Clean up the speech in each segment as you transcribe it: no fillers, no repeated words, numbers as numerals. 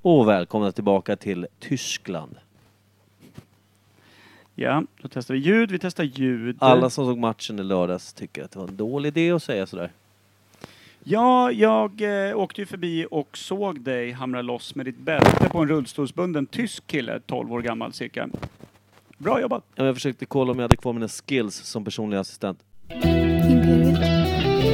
Och välkomna tillbaka till Tyskland. Ja, då testar vi ljud. Vi testar ljud. Alla som såg matchen i lördags tycker att det var en dålig idé att säga sådär. Ja, jag åkte ju förbi och såg dig hamra loss med ditt bälte på en rullstolsbunden tysk kille, 12 år gammal cirka. Bra jobbat! Jag försökte kolla om jag hade kvar mina skills som personlig assistent. Imperiet.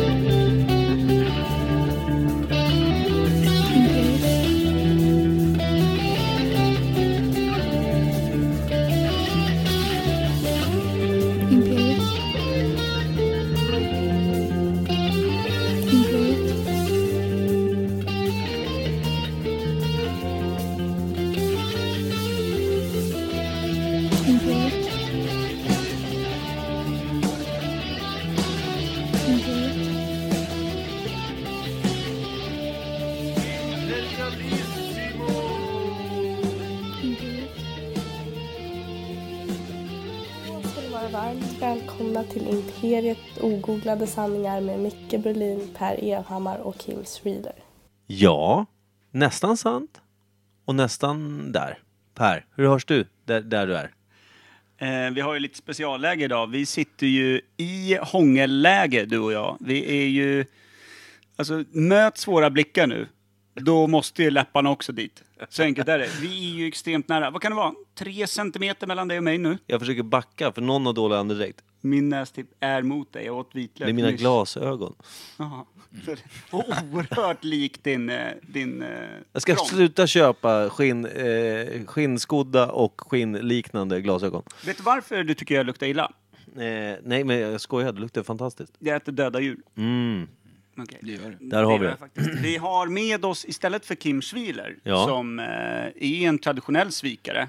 Varmt välkomna till Imperiet ogooglade sanningar med Micke Berlin, Per Evhammar och Kim Schreeder. Ja, nästan sant. Och nästan där. Per, hur hörs du där du är? Vi har ju lite specialläge idag. Vi sitter ju i hångelläge, du och jag. Vi är ju... Alltså, möts våra blickar nu. Då måste ju läpparna också dit. Så enkelt är det. Vi är ju extremt nära. Vad kan det vara? 3 centimeter mellan dig och mig nu. Jag försöker backa för någon har dålig andedräkt. Min nästipp är mot dig. Jag åt vitlök. Det är mina glasögon. Jaha. Oerhört lik din Jag ska front. sluta köpa skinnskodda och skinnliknande glasögon. Vet du varför du tycker jag luktar illa? Nej, men jag skojar. Det luktar fantastiskt. Jag äter döda djur. Okay. Det gör det. Där har vi det. Vi har med oss istället för Kim Schreeder, Ja. som är en traditionell svikare.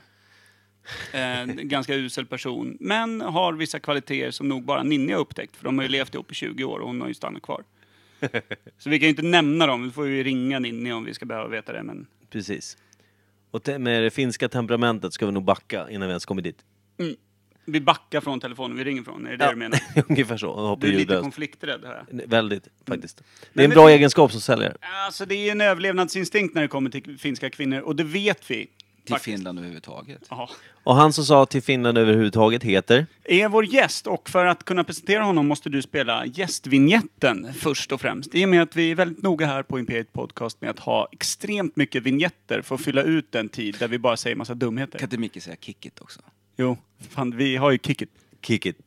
Ganska usel person. Men har vissa kvaliteter som nog bara Ninni har upptäckt. För de har ju levt ihop i 20 år och hon har ju stannat kvar. Så vi kan ju inte nämna dem. Vi får ju ringa Ninni om vi ska behöva veta det. Men... Precis. Och med det finska temperamentet ska vi nog backa innan vi ens kommer dit. Vi backar från telefonen, vi ringer från. Är det det du menar? Ungefär så. Och Du är lite ljudlöst. konflikträdd här. Väldigt, faktiskt. Det är en bra egenskap som säljare. Alltså det är en överlevnadsinstinkt när det kommer till finska kvinnor. Och det vet vi. Till Finland överhuvudtaget. Jaha. Och han som sa till Finland överhuvudtaget heter... Är vår gäst, och för att kunna presentera honom måste du spela gästvinjetten först och främst. I och med att vi är väldigt noga här på Imperiet Podcast med att ha extremt mycket vignetter för att fylla ut en tid där vi bara säger massa dumheter. Kan inte Micke säga kick it också? Jo, fan, vi har ju kick it. Kick it.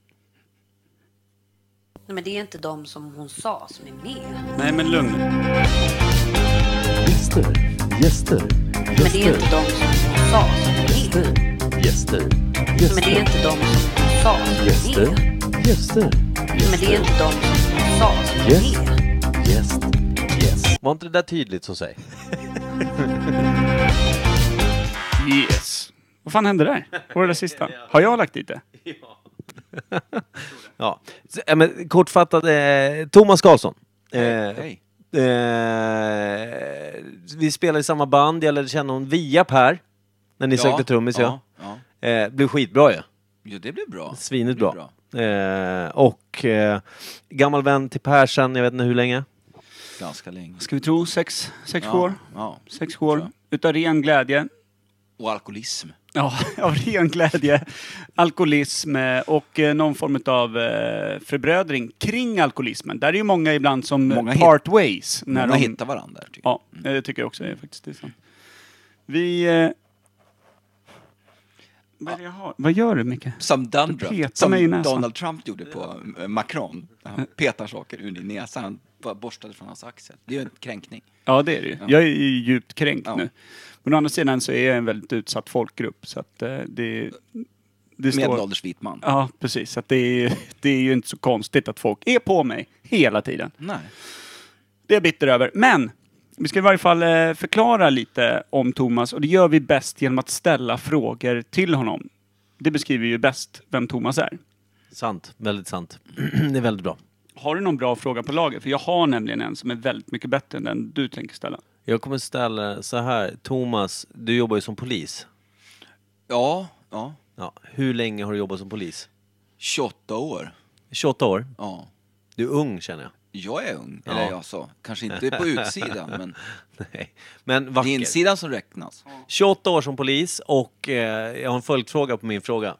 Nej, men det är inte de som hon sa som är med. Nej, men lugn. Gäster. Men det är inte de som hon sa som är med. Gäster. Men det är inte de som hon sa som är med. Gäster. Men det är inte de som hon sa som är med. Yes. Var inte det där tydligt så säg? Yes. Vad fan hände där? Vad var det sista? Har jag lagt dit det? Ja. Men kortfattat, Thomas Karlsson. Hej. Vi spelar i samma band. Jag lärde känna honom via Per. När ni sökte trummis, ja. Blev skitbra ju. Jo, det blev bra. Svinigt bra. Gammal vän till Per sen, jag vet inte hur länge. Ganska länge. Ska vi tro 6 år? Ja. 6 år. Utav ren glädje. Och alkoholism. Ja, av ren glädje, alkoholism och någon form av förbrödring kring alkoholismen. Där är ju många ibland som part ways. När Många de hittar varandra. Tycker Ja, det tycker jag också är faktiskt det. Vi... Vad gör du, Micke? Som petar mig i näsan. Donald Trump gjorde på Macron. Han petar saker ur din näsa. Han bara borstade från hans axel. Det är ju en kränkning. Ja, det är det ju. Jag är ju djupt kränkt nu. Men å andra sidan så är jag en väldigt utsatt folkgrupp. Så att det står... Medelålders vit man. Ja, precis. Så att det är ju inte så konstigt att folk är på mig hela tiden. Nej. Det är jag bitter över. Men vi ska i varje fall förklara lite om Thomas. Och det gör vi bäst genom att ställa frågor till honom. Det beskriver ju bäst vem Thomas är. Sant, väldigt sant. Det är väldigt bra. Har du någon bra fråga på lager? För jag har nämligen en som är väldigt mycket bättre än den du tänker ställa. Jag kommer ställa så här. Thomas, du jobbar ju som polis. Ja. Hur länge har du jobbat som polis? 28 år. 28 år? Ja. Du är ung, känner jag. Jag är ung, Ja. eller jag så. Kanske inte på utsidan, men Nej. Men det är vacker. insidan som räknas. 28 år som polis och jag har en följdfråga på min fråga.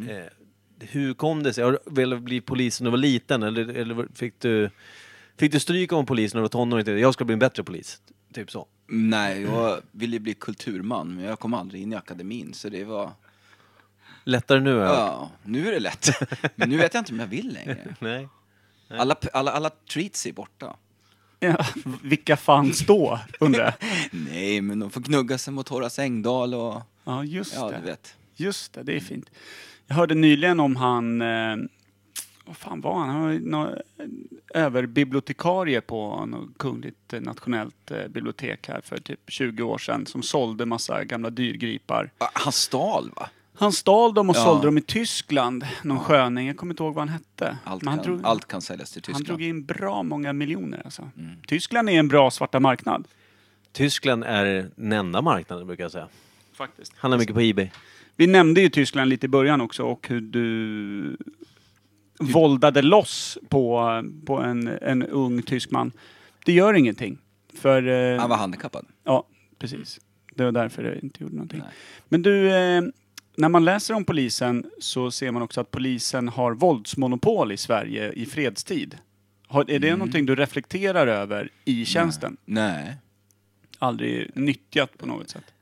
Hur kom det sig? Har du velat bli polis när du var liten? Eller fick du stryk om polisen när du var tonåring? Jag ska bli en bättre polis. Typ så. Nej, jag ville bli kulturman, men jag kom aldrig in i akademin, så det var... Lättare nu? Ja, nu är det lätt. Men nu vet jag inte om jag vill längre. Nej. Alla treats är borta. Ja, vilka fanns då, undrar jag. Nej, men de får gnugga sig mot Horace Engdahl och... Ja, just Ja, det. du vet. Just det, det är fint. Jag hörde nyligen om han... vad fan var han? Han var någon överbibliotekarie på något kungligt nationellt bibliotek här för typ 20 år sedan som sålde massa gamla dyrgripar. Han stal, va? Han stal dem och Ja. sålde dem i Tyskland. Någon sköning, jag kommer inte ihåg vad han hette. Allt kan säljas till Han Tyskland. drog in bra många miljoner alltså. Tyskland är en bra svarta marknad. Tyskland är den enda marknaden, brukar jag säga. Faktiskt. Handlar mycket på eBay. Vi nämnde ju Tyskland lite i början också och hur du våldade loss på en ung tysk man. Det gör ingenting. För, Han var handikappad. ja, precis. Det var därför det inte gjorde någonting. Nej. Men du, när man läser om polisen så ser man också att polisen har våldsmonopol i Sverige i fredstid. Är det någonting du reflekterar över i tjänsten? Nej. Aldrig nyttjat på något sätt?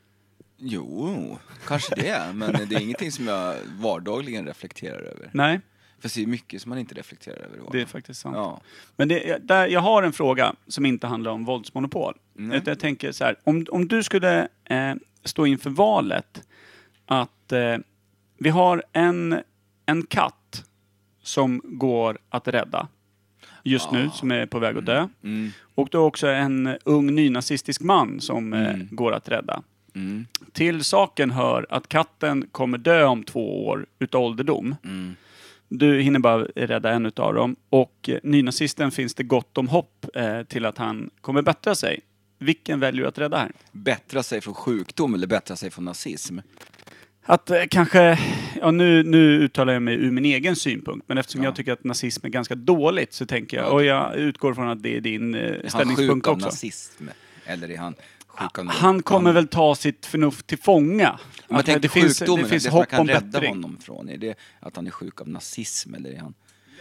Jo, kanske det. Men det är ingenting som jag vardagligen reflekterar över. Nej, För det är mycket som man inte reflekterar över. det är faktiskt sant. Ja. Men jag har en fråga som inte handlar om våldsmonopol. Jag tänker så här, om du skulle stå inför valet att vi har en katt som går att rädda just nu, som är på väg att dö. Och då också en ung nynazistisk man som går att rädda. Till saken hör att katten kommer dö om 2 år utav ålderdom. Du hinner bara rädda en utav dem. Och nynazisten finns det gott om hopp till att han kommer bättra sig. Vilken väljer du att rädda här? Bättra sig från sjukdom eller bättra sig från nazism? Att kanske, ja nu uttalar jag mig ur min egen synpunkt, men eftersom jag tycker att nazism är ganska dåligt så tänker jag, och jag utgår från att det är din ställningspunkt av också. nazism? Eller är han sjuk av Han kommer väl ta sitt förnuft till fånga. Man Att tänker sjukdomen, det finns det som man hopp kan om rädda bättring. honom från. Är det att han är sjuk av nazism eller är han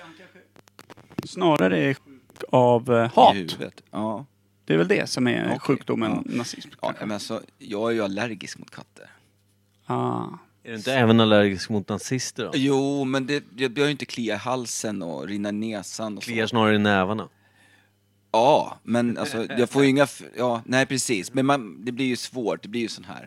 Snarare är sjuk av hat. i huvudet? Ja. Det är väl det som är Okej, sjukdomen ja. nazism. Ja, men alltså, jag är ju allergisk mot katter. Ah. Är du inte även allergisk mot nazister då? Jo, men det bör ju inte klia i halsen och rinna i näsan och Kliar så. snarare i nävarna. Ja, men alltså, jag får ju inga... Ja, nej precis. Men det blir ju svårt. Det blir ju sån här...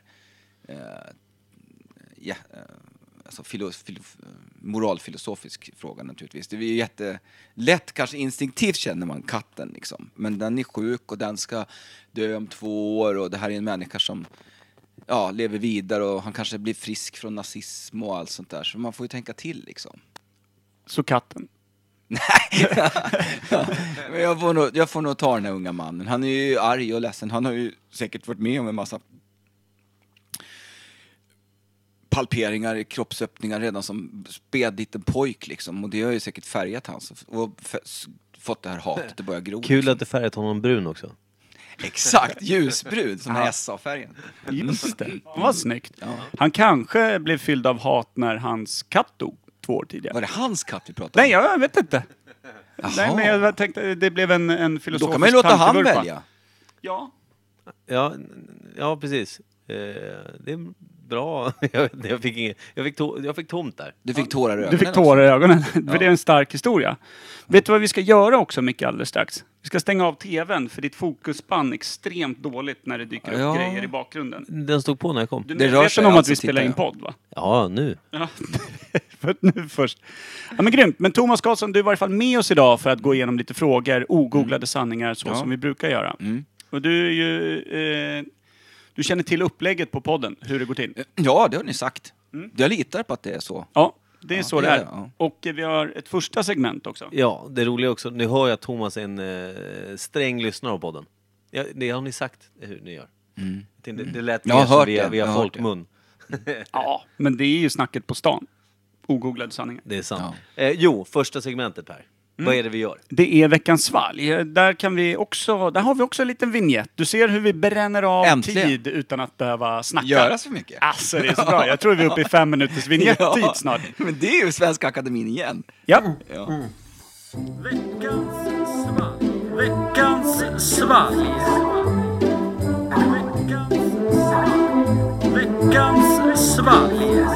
alltså moralfilosofisk fråga naturligtvis. Det är ju jättelätt, kanske instinktivt känner man katten liksom. Men den är sjuk och den ska dö om 2 år och det här är en människa som lever vidare och han kanske blir frisk från nazism och allt sånt där. Så man får ju tänka till liksom. Så katten. Men jag får nog ta den här unga mannen. Han är ju arg och ledsen. Han har ju säkert varit med om en massa palperingar i kroppsöppningar redan som sped liten pojk liksom. Och det har ju säkert färgat hans och fått det här hatet att börja gro. Kul liksom. att du färgat honom brun också. Exakt, ljusbrun som är SA-färgen. Just det. Vad snyggt. Han kanske blev fylld av hat när hans katt dog 2 år tidigare. Var det hans katt vi pratade om? Nej, jag vet inte. Jaha. Nej, men jag tänkte det blev en filosofisk Då kan man ju låta han tankevurpa. välja. Ja. Ja, precis. Det är bra. Jag fick tomt där. Du fick tårar i ögonen. Du fick tårar i ögonen. För det är en stark historia. Vet du vad vi ska göra också, Micke, alldeles strax? Vi ska stänga av tvn för ditt fokusspann är extremt dåligt när det dyker upp grejer i bakgrunden. Den stod på när jag kom. Du Det är rör medveten sig om att alltså, vi spelar tittar in jag. podd, va? Ja, nu. Ja, för nu först. Ja, men grymt. Men Thomas Karlsson, du är i varje fall med oss idag för att gå igenom lite frågor, ogooglade sanningar, så som vi brukar göra. Och du är ju... du känner till upplägget på podden, hur det går till. Ja, det har ni sagt. Jag litar på att det är så. Ja, det är så det är. ja. Och vi har ett första segment också. Ja, det roliga också. Nu hör jag att Thomas är en sträng lyssnare på podden. Ja, det har ni sagt hur ni gör. Det lät Jag har mer som hört via det. Jag har hört folkmun. Ja, men det är ju snacket på stan. Ogooglade sanningar. Det är sant. Jo, första segmentet här. Vad är det vi gör? Det är veckans svalg. Där har vi också en liten vignett. Du ser hur vi bränner av Äntligen. tid utan att behöva snacka. Göra så mycket. Alltså, det är så bra. Jag tror vi är uppe i 5 minuters vignettid snart. Men det är ju Svenska Akademin igen. Ja. Ja. Veckans svalg. Veckans svalg.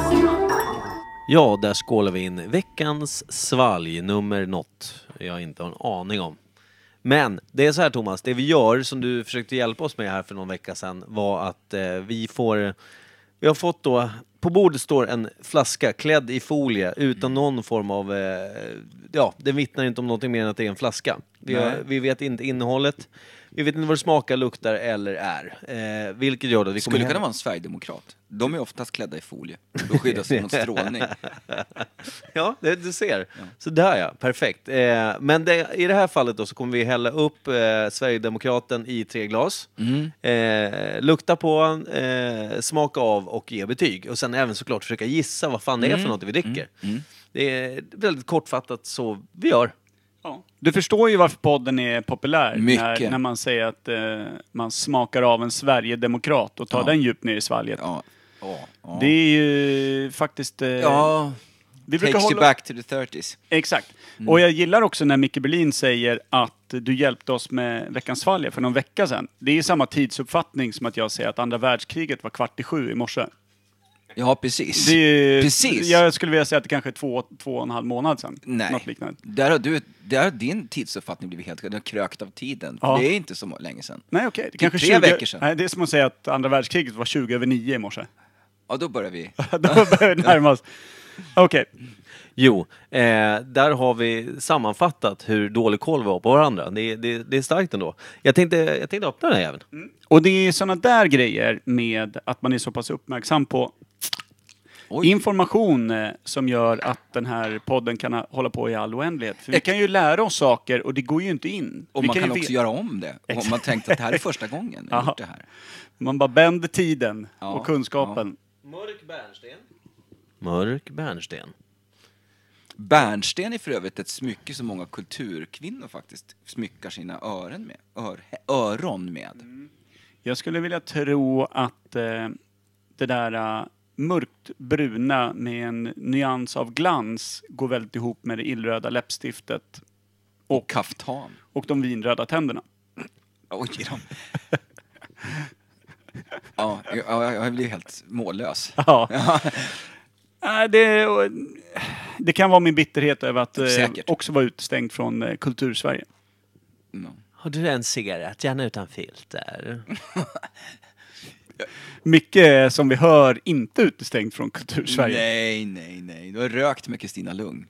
Ja, där skålar vi in veckans svalg, nummer något. Jag inte har en aning om. Men det är så här, Thomas, det vi gör som du försökte hjälpa oss med här för någon vecka sedan var att vi har fått då, på bordet står en flaska klädd i folie utan någon form av, det vittnar inte om någonting mer än att det är en flaska. Vi vet inte innehållet, vi vet inte vad det smakar, luktar eller är. Vilket gör att vi Skulle kunna vara en Sverigedemokrat. De är oftast klädda i folie. Då skyddas sig mot strålning. Ja, du ser. Så där ja, perfekt. Men i det här fallet då så kommer vi hälla upp Sverigedemokraten i 3 glas. Lukta på, smaka av och ge betyg. Och sen även såklart försöka gissa vad fan det är för något vi dricker. Det är väldigt kortfattat så vi gör. Ja. Du förstår ju varför podden är populär. Mycket. När man säger att man smakar av en Sverigedemokrat och tar den djupt ner i svalget. Ja. Det är ju faktiskt... vi brukar Takes you hålla... back to the 30s. Exakt. Och jag gillar också när Micke Berlin säger att du hjälpte oss med veckans svalg för någon vecka sedan. Det är ju samma tidsuppfattning som att jag säger att andra världskriget var 6:45 i morse. Ja, precis. Precis. Jag skulle vilja säga att det kanske är 2,5 månad sedan. Nej, Något liknande. där har din tidsuppfattning blivit helt krökt av tiden. Ja. Det är inte så länge sedan. Nej, okej. Det kanske 3 veckor sedan. Nej, det är som att säga att andra världskriget var 9:20 i morse. Ja, då börjar vi. Då börjar vi närma oss. Okej. Jo, där har vi sammanfattat hur dålig koll vi har på varandra. Det är starkt ändå. Jag tänkte öppna den här även. Och det är sådana där grejer med att man är så pass uppmärksam på information som gör att den här podden kan hålla på i all oändlighet. För vi kan ju lära oss saker och det går ju inte in. Och vi man kan ju också göra om det. Om man tänkte att det här är första gången jag gjort det här. Man bara bänder tiden och kunskapen. Mörk bärnsten. Bärnsten är för övrigt ett smycke som många kulturkvinnor faktiskt smyckar sina öron med. Jag skulle vilja tro att det där mörkt bruna med en nyans av glans går väldigt ihop med det illröda läppstiftet. Och kaftan. Och de vinröda tänderna. Oj då. Jag blir helt mållös. Ja. Det kan vara min bitterhet över att också vara utestängd från Kultursverige. Har du en cigarett? Gärna utan filter. Mycket som vi hör inte utestängd från Kultursverige. Nej. Du har rökt med Kristina Lugn.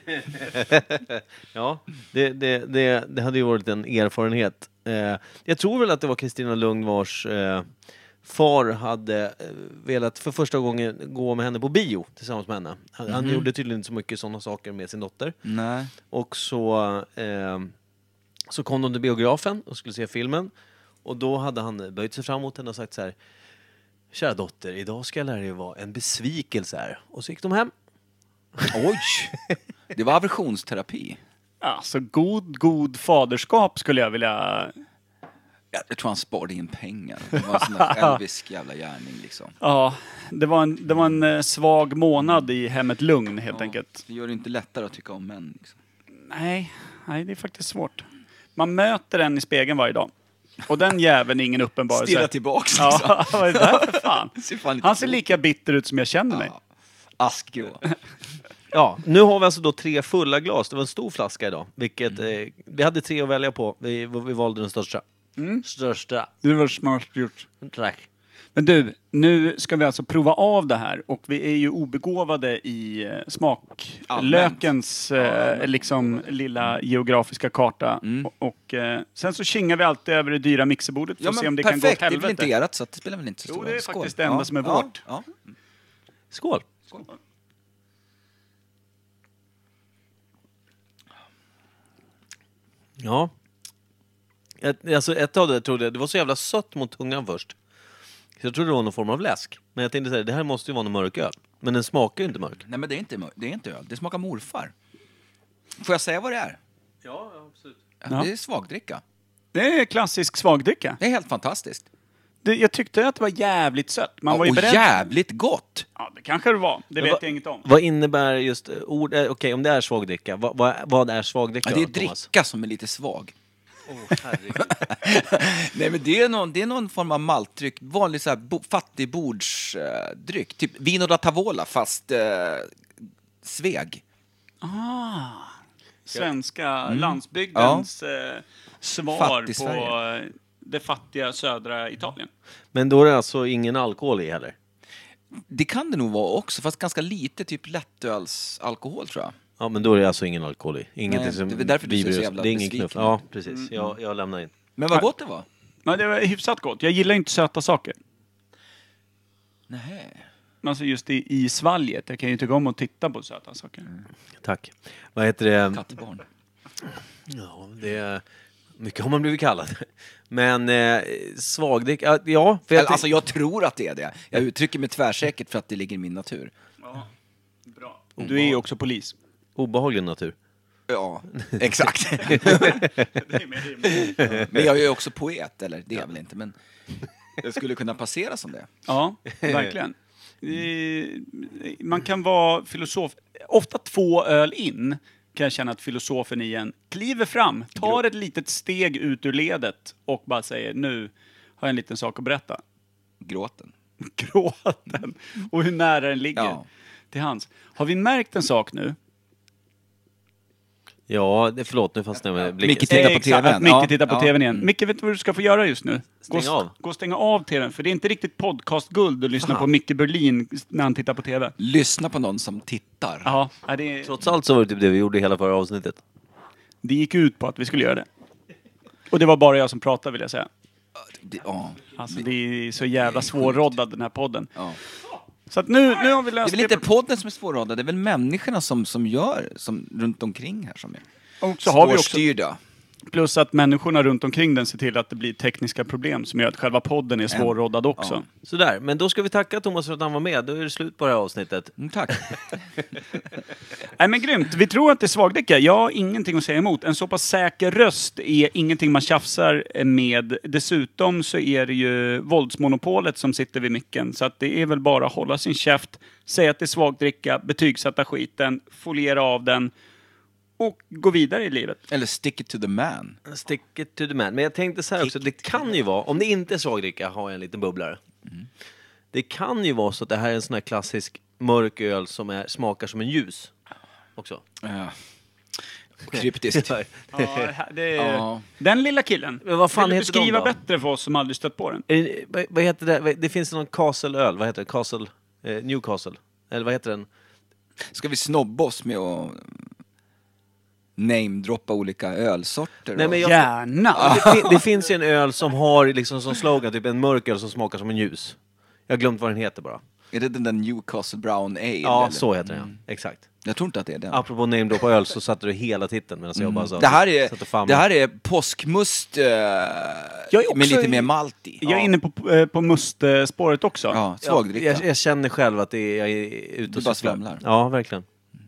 Ja, det hade ju varit en erfarenhet. Jag tror väl att det var Kristina Lugn vars far hade velat för första gången gå med henne på bio tillsammans med henne. Han gjorde tydligen inte så mycket sådana saker med sin dotter. Nej. Och så kom de till biografen och skulle se filmen. Och då hade han böjt sig fram mot henne och sagt så här: kära dotter, idag ska jag lära dig vara en besvikelse här. Och så gick de hem. Oj! Det var aversionsterapi. Alltså god faderskap skulle jag vilja... Jag tror han sparade in pengar. Det var en sån där elvisk jävla gärning liksom. Ja, det var en svag månad i hemmet Lugn helt enkelt. Det gör det inte lättare att tycka om män liksom. Nej, det är faktiskt svårt. Man möter en i spegeln varje dag. Och den jäveln är ingen uppenbarelse. Stirra tillbaks liksom. Ja, vad är det där för fan? Han ser klok. lika bitter ut som jag känner mig. Askgrå. Ja, nu har vi alltså då 3 fulla glas. Det var en stor flaska idag. Vilket, vi hade 3 att välja på. Vi valde den största. Största. Det var smart gjort. Tack. Men du, nu ska vi alltså prova av det här. Och vi är ju obegåvade i smaklökens liksom lilla geografiska karta. Och sen så kingar vi alltid över det dyra mixerbordet för att se om det kan gå åt helvete. Det är väl inte erat så det spelar väl inte så stor roll. Jo, det är faktiskt det enda som är vårt. Ja. Skål. Ja. Alltså ett av det trodde jag, det var så jävla sött mot tungan först. Så jag trodde det var någon form av läsk. Men jag tänkte säga, det här måste ju vara någon mörk öl. Men den smakar ju inte mörk. Nej, men det är inte öl. Det smakar morfar. Får jag säga vad det är? Ja, absolut. Ja. Det är svagdricka. Det är klassisk svagdricka. Det är helt fantastiskt. Jag tyckte att det var jävligt sött. Man var ju och beredd. jävligt gott. Ja, det kanske det var. Det vet jag inget om. Vad innebär just ord... Okej, om det är svagdricka, vad är svagdricka? Ja, det är då, Thomas? dricka som är lite svag. Herregud. Nej, men det är någon form av maltdryck. Vanlig så här fattigbordsdryck. Typ vino da tavola fast Sveg. Svenska landsbygdens svar Fattig på Sverige. det fattiga södra Italien. Men då är det alltså ingen alkohol i heller? Det kan det nog vara också, fast ganska lite typ lättölsalkohol tror jag. Ja, men då är det alltså ingen alkohol i. Ingenting Nej, som det är därför du ser så bibeln- jävla Det är ingen besviken knuff. Ja, precis. Jag lämnar in. Men vad gott det var. Ja, det var hyfsat gott. Jag gillar inte söta saker. Nej. Alltså just i svalget. Jag kan ju tycka om att titta på söta saker. Tack. Vad heter det? Kattbarn. Ja, det är... Mycket har man blivit kallad. Men svagdricka... Ja, för Alltså jag tror att det är det. Jag uttrycker mig tvärsäkert för att det ligger i min natur. Ja, bra. Du är ju också polis. obehaglig natur. Ja, exakt. Det är med. Men jag är ju också poet, eller det är jag väl inte, men jag skulle kunna passera som det. Ja, verkligen. Man kan vara filosof. Ofta 2 öl in kan jag känna att filosofen igen kliver fram, tar ett litet steg ut ur ledet och bara säger nu har jag en liten sak att berätta. Gråten. Gråten. Och hur nära den ligger till hans. Har vi märkt en sak nu? Ja, förlåt nu fastnade jag med blicken. Micke tittar på Exakt, TV:n. att Micke Ja, tittar på ja. TV:n igen. Micke, vet du vad du ska få göra just nu? Stäng av. Gå och stänga av TV:n, för det är inte riktigt podcastguld att lyssna Fan. på Micke Berlin när han tittar på TV. Lyssna på någon som tittar. Ja, Trots allt så var det typ det vi gjorde i hela förra avsnittet. det gick ut på att vi skulle göra det. Och det var bara jag som pratade, vill jag säga. Ja. Alltså, det är så jävla svårroddad den här podden. Ja. Så att nu har vi Det löst är väl inte podden som är svårrådad, det är väl människorna som gör, som runt omkring här som är Och så har vi också, svårstyrda. plus att människorna runt omkring den ser till att det blir tekniska problem som gör att själva podden är svårroddad också. Ja. Sådär, men då ska vi tacka Thomas för att han var med. Då är det slut på det här avsnittet. Tack. Nej men grymt, vi tror att det är svagdricka. Jag har ingenting att säga emot. En så pass säker röst är ingenting man tjafsar med. Dessutom så är det ju våldsmonopolet som sitter vid micken. Så att det är väl bara att hålla sin käft, säga att det är svagdricka, betygsätta skiten, foliera av den och gå vidare i livet. Eller stick it to the man. Stick it to the man. Men jag tänkte så här också, det kan ju vara, om det inte är svagdricka, har jag en liten bubblare. Det kan ju vara så att det här är en sån här klassisk mörk öl som smakar som en ljus. Också. Ja. Kryptiskt. Ja. Den lilla killen. Men vad fan Vill du heter de beskriva då? bättre för oss som aldrig stött på den? Vad heter det? Det finns någon Castle-öl. Vad heter det? Castle... Newcastle. Eller vad heter den? Ska vi snobba oss med att namedroppa olika ölsorter? Nej, då? men Gärna! det finns ju en öl som har liksom som slogan typ en mörk öl som smakar som en ljus. Jag har glömt vad den heter bara. Är det den där Newcastle Brown Ale? Ja, eller? så heter den. Ja. Exakt. Jag tror inte att det är den. Apropå namedrop på öl så satte du hela titeln medan jag bara sa... Det här satt och famlade. det här är påskmust är också med lite mer malt i. Jag är inne på mustspåret också. Ja, svagdricka. Jag känner själv att jag är ute Du och bara cyklar. svamlar. Ja, verkligen.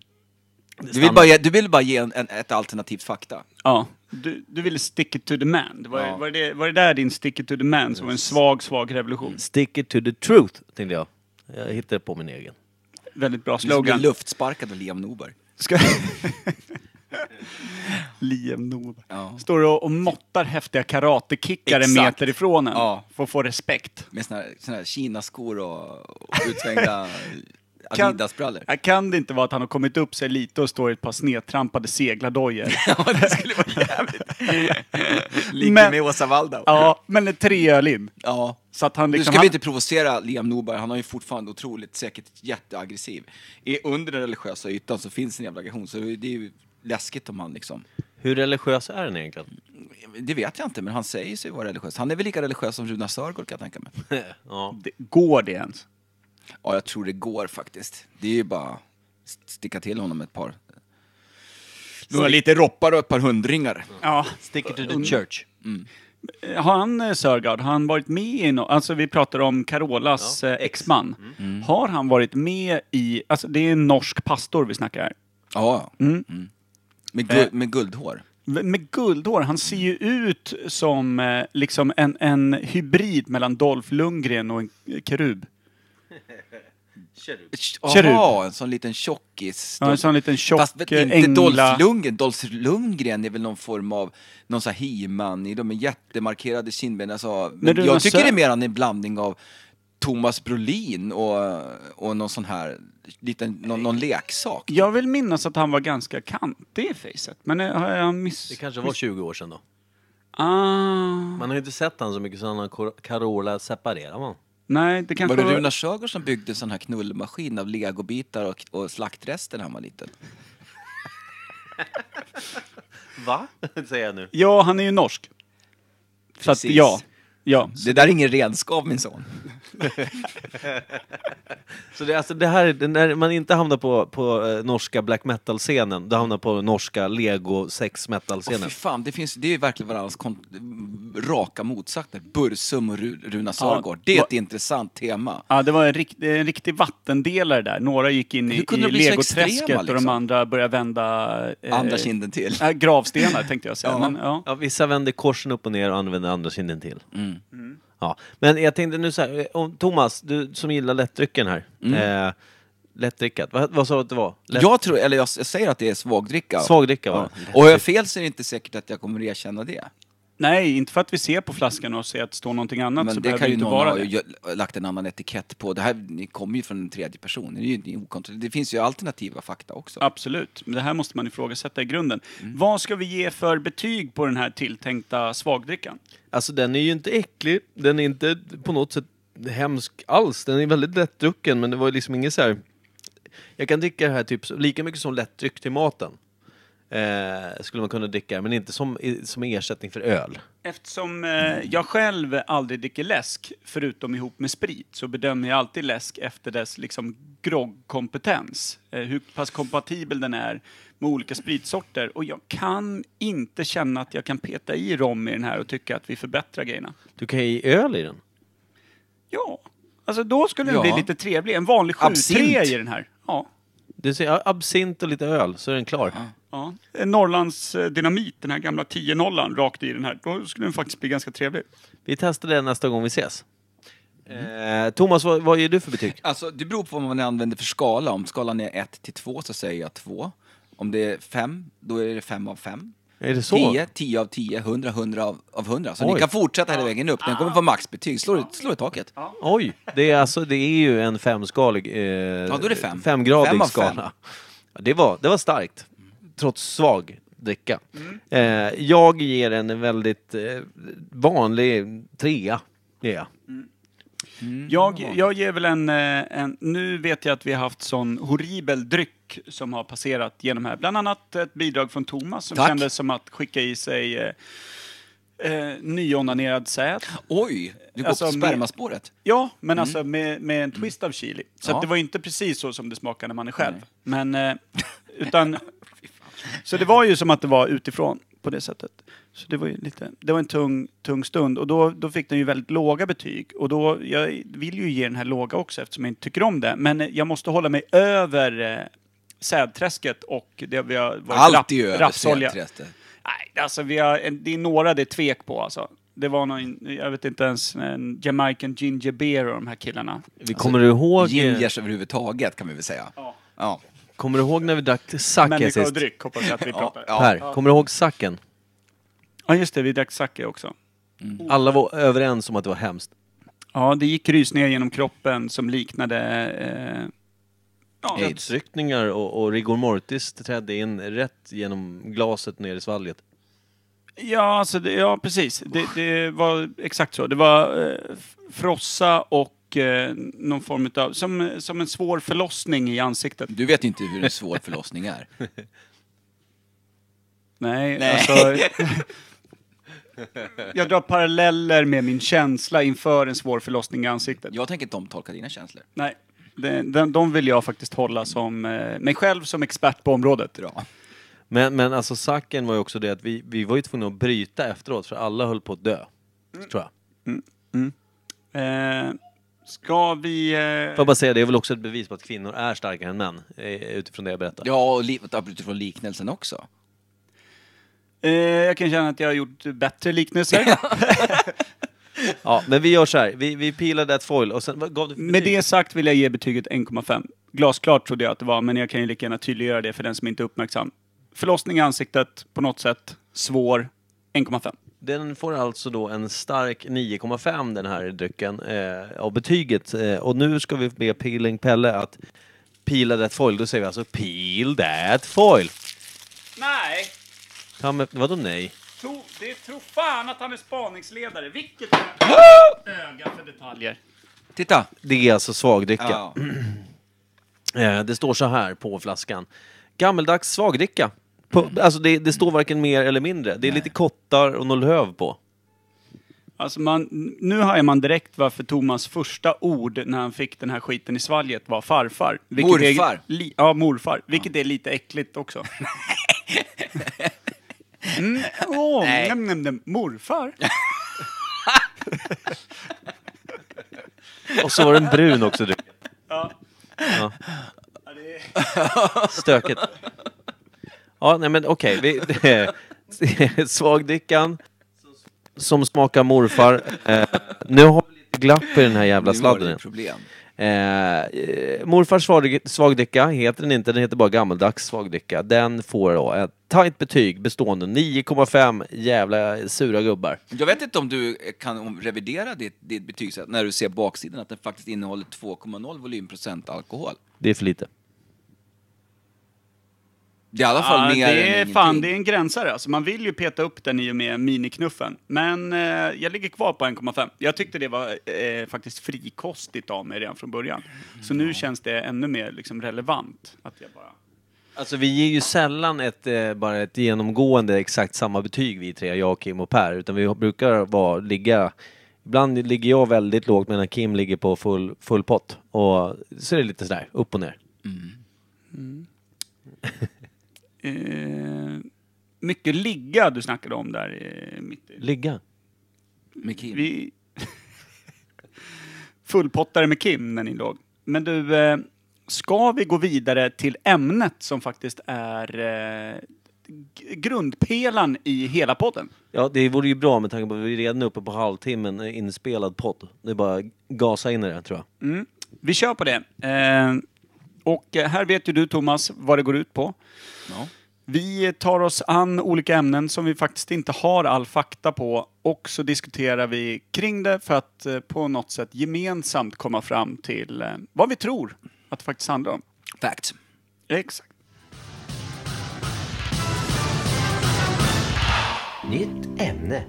Du vill bara ge ett alternativt fakta. Ja. Du ville stick it to the man. Ja. Var det där din stick it to the man som var en svag revolution? Stick it to the truth, tänkte jag. Jag hittade på min egen. Väldigt bra Du ska bli slogan. luftsparkad av Liam Norberg. Liam Norberg. Ja. Står och måttar häftiga karatekickar en Exakt. meter ifrån en. Ja. För att få respekt. Med såna här Kinaskor och utsvängda Adidas-brallor. Kan det inte vara att han har kommit upp sig lite och står i ett par snedtrampade seglardojor? Ja, det skulle vara jävligt. Ligger Men- med Åsa Waldau. Ja, men det är 3 öl in. Ja. Så att han Nu liksom... ska vi inte provocera Liam Norberg, han har ju fortfarande otroligt säkert jätteaggressiv. Under den religiösa ytan så finns en jävla aggression, så det är ju läskigt om han liksom... Hur religiös är den egentligen? Det vet jag inte, men han säger sig vara religiös. Han är väl lika religiös som Runar Sörgård kan jag tänka mig. Ja. Går det ens? Ja, jag tror det går faktiskt. Det är ju bara sticka till honom ett par... Några lite roppar och ett par hundringar. Ja. Stick it to the church. Har han, Sörgard, har han varit med i alltså vi pratar om Carolas exman. Har han varit med i, alltså det är en norsk pastor vi snackar här. Ja, med guldhår. Med guldhår. Han ser ju ut som liksom en hybrid mellan Dolph Lundgren och en kerub. Jaha, en sån liten tjockis. Ja, en sån liten tjock Fast inte ängla. Dolph Lundgren. Dolph Lundgren är väl någon form av någon sån här He-Man. De är jättemarkerade kindben. Alltså, men du, jag tycker det är mer en blandning av Thomas Brolin och någon sån här liten, någon leksak. Jag vill minnas att han var ganska kantig i facet. Men har jag Det kanske var 20 år sedan då. Man har ju inte sett han så mycket så han har Carola separerar man. Nej, det kanske Var det Runa Sjögård som byggde en sån här knullmaskin av legobitar och slaktrester när han var liten? Va? Säger jag nu. Ja, han är ju norsk. Så att, Precis. ja. Det där är ingen renskav, min son. Så det, alltså det här, när man inte hamnar på norska black metal-scenen, då hamnar på norska Lego sex metal-scenen. Fy fan, det är ju verkligen varandras raka motsatser. Bursum och Runa Sörgård. Det är ett intressant tema. Ja, det var en riktig vattendelare där. Några gick in Hur i kunde de bli så legoträsket extrema, och de liksom? andra började vända... Andra kinden till. Gravstenar tänkte jag säga. Ja. Men, ja. Ja, vissa vänder korsen upp och ner och använder andra kinden till. Ja. Men jag tänkte nu så här, om Thomas, du som gillar lättdrycken här. Lättdrickat, vad sa du att det var? Jag säger att det är svagdricka. Svagdricka var det. Och har jag fel så är det inte säkert att jag kommer att erkänna det. Nej, inte för att vi ser på flaskan och ser att det står någonting annat, Men så det behöver kan det ju inte någon vara ha det. lagt en annan etikett på. Det här kommer ju från en tredje person. Det är ju okontrollerat. Det finns ju alternativa fakta också. Absolut, men det här måste man ifrågasätta i grunden. Vad ska vi ge för betyg på den här tilltänkta svagdrickan? Alltså den är ju inte äcklig, den är inte på något sätt hemsk alls. Den är väldigt lättdrucken, men det var ju liksom inget så här. Jag kan dricka det här typ lika mycket som lättdryck till maten. Skulle man kunna dricka, men inte som ersättning för öl. Eftersom jag själv aldrig dricker läsk, förutom ihop med sprit, så bedömer jag alltid läsk efter dess liksom groggkompetens. Hur pass kompatibel den är med olika spritsorter. Och jag kan inte känna att jag kan peta i rom i den här och tycka att vi förbättrar grejerna. Du kan ju öl i den. Ja, alltså då skulle den Ja. bli lite trevlig. En vanlig 7-3 Absint. i den här. Ja. Du säger absint och lite öl, så är den klar. Ja. Norrlands dynamit, den här gamla 10-nollan rakt i den här. Då skulle den faktiskt bli ganska trevlig. Vi testar det nästa gång vi ses. Thomas, vad ger du för betyg? Alltså, det beror på vad man använder för skala. Om skalan är 1 till 2 så säger jag 2. Om det är 5, då är det 5 av 5. Är det så? 10 av 10, 100 av 100. Så Oj. ni kan fortsätta hela vägen upp. Den kommer få maxbetyg. Slår i taket. Oj, det är ju en femskalig, då är det 5. femgradig 5 av 5. skala. Ja, det var starkt, trots svag dricka. Jag ger en väldigt vanlig 3. Yeah. Jag ger väl en... Nu vet jag att vi har haft sån horribel dryck som har passerat genom här. Bland annat ett bidrag från Thomas som Tack. kändes som att skicka i sig nyonanerad säd. Oj, du går Alltså, på spermaspåret. Ja, men alltså med en twist av chili. Så Ja. att det var inte precis så som det smakar när man är själv. Men, utan... Så det var ju som att det var utifrån på det sättet. Så det var ju det var en tung stund. Och då fick den ju väldigt låga betyg. Och jag vill ju ge den här låga också eftersom jag inte tycker om det. Men jag måste hålla mig över sädträsket och det vi har varit Alltid över rapsolja. sädträsket. Nej, alltså det är några det är tvek på alltså. Det var någon, jag vet inte ens, en Jamaican Ginger Beer och de här killarna. Vi kommer du ihåg... Gingers överhuvudtaget kan vi väl säga. Ja. Kommer du ihåg när vi drack sake Människa och sist? dryck hoppas jag att vi pratar. Ja. Per, kommer du ihåg saken? Ja just det, vi drack sake också. Alla var överens om att det var hemskt. Ja, det gick rysningar genom kroppen som liknade... Dödsryckningar och rigor mortis trädde in rätt genom glaset ner i svalget. Ja, alltså ja, precis. Det var exakt så. Det var frossa och någon form av... Som en svår förlossning i ansiktet. Du vet inte hur en svår förlossning är. Nej. Alltså... jag drar paralleller med min känsla inför en svår förlossning i ansiktet. Jag tänker inte omtolka dina känslor. Nej, de vill jag faktiskt hålla som mig själv som expert på området. Bra. Men alltså saken var ju också det att vi var ju tvungna att bryta efteråt för alla höll på att dö. Tror jag. Ska vi... Får jag bara säga, det är väl också ett bevis på att kvinnor är starkare än män utifrån det jag berättar. Ja, och utifrån liknelsen också. Jag kan känna att jag har gjort bättre liknelser. Ja, men vi gör så här. Vi pilade ett foil och sen vad gav du för Med betyg? det sagt vill jag ge betyget 1,5. Glasklart trodde jag att det var, men jag kan ju lika gärna tydliggöra det för den som inte är uppmärksam. Förlossning i ansiktet, på något sätt, svår, 1,5. Den får alltså då en stark 9,5 den här drycken av betyget. Och nu ska vi be Peeling Pelle att pila that foil. Då säger vi alltså peel that foil. Nej! Ta med, vadå nej? Tro fan att han är spaningsledare. Vilket öga för detaljer. Titta! Det är alltså svagdricka. Ja. Det står så här på flaskan. Gammeldags svagdricka. Alltså det står varken mer eller mindre. Det är lite kottar och något löv på. Alltså nu har man direkt varför Thomas första ord när han fick den här skiten i svalget var farfar. Morfar. Ja, morfar. Vilket är lite äckligt också. Nej. Morfar. Och så var den brun också. Ja. Ja. Stökigt. Ja, nej men okej. Svagdrickan som smakar morfar. Nu har vi lite glapp i den här jävla Nu var det sladden. problem. Morfars svagdricka heter den inte, den heter bara gammaldags svagdricka. Den får då ett tajt betyg bestående 9,5 jävla sura gubbar. Jag vet inte om du kan revidera ditt betygssätt när du ser baksidan att den faktiskt innehåller 2,0 volymprocent alkohol. Det är för lite. Det är i alla fall mer det än är ingenting. fan, det är en gränsare. Alltså, man vill ju peta upp den i och med miniknuffen. Men jag ligger kvar på 1,5. Jag tyckte det var faktiskt frikostigt av mig redan från början. Så nu känns det ännu mer liksom, relevant. Att jag bara... Alltså vi ger ju sällan bara ett genomgående exakt samma betyg vi tre, jag, Kim och Per. Utan vi brukar ligga... Ibland ligger jag väldigt lågt medan Kim ligger på full pott. Och så är det lite sådär, upp och ner. Mycket ligga du snackade om där mitt i. Ligga. Med Kim. Vi fullpottare med Kim när ni låg. Men du, ska vi gå vidare till ämnet som faktiskt är grundpelan i hela podden? Ja, det vore ju bra med tanke på att vi är redan uppe på halvtimmen inspelad podd. Det är bara gasa in i det, tror jag. Vi kör på det. Och här vet ju du, Thomas, vad det går ut på. Ja. Vi tar oss an olika ämnen som vi faktiskt inte har all fakta på och så diskuterar vi kring det för att på något sätt gemensamt komma fram till vad vi tror att det faktiskt handlar om. Facts. Exakt. Nytt ämne.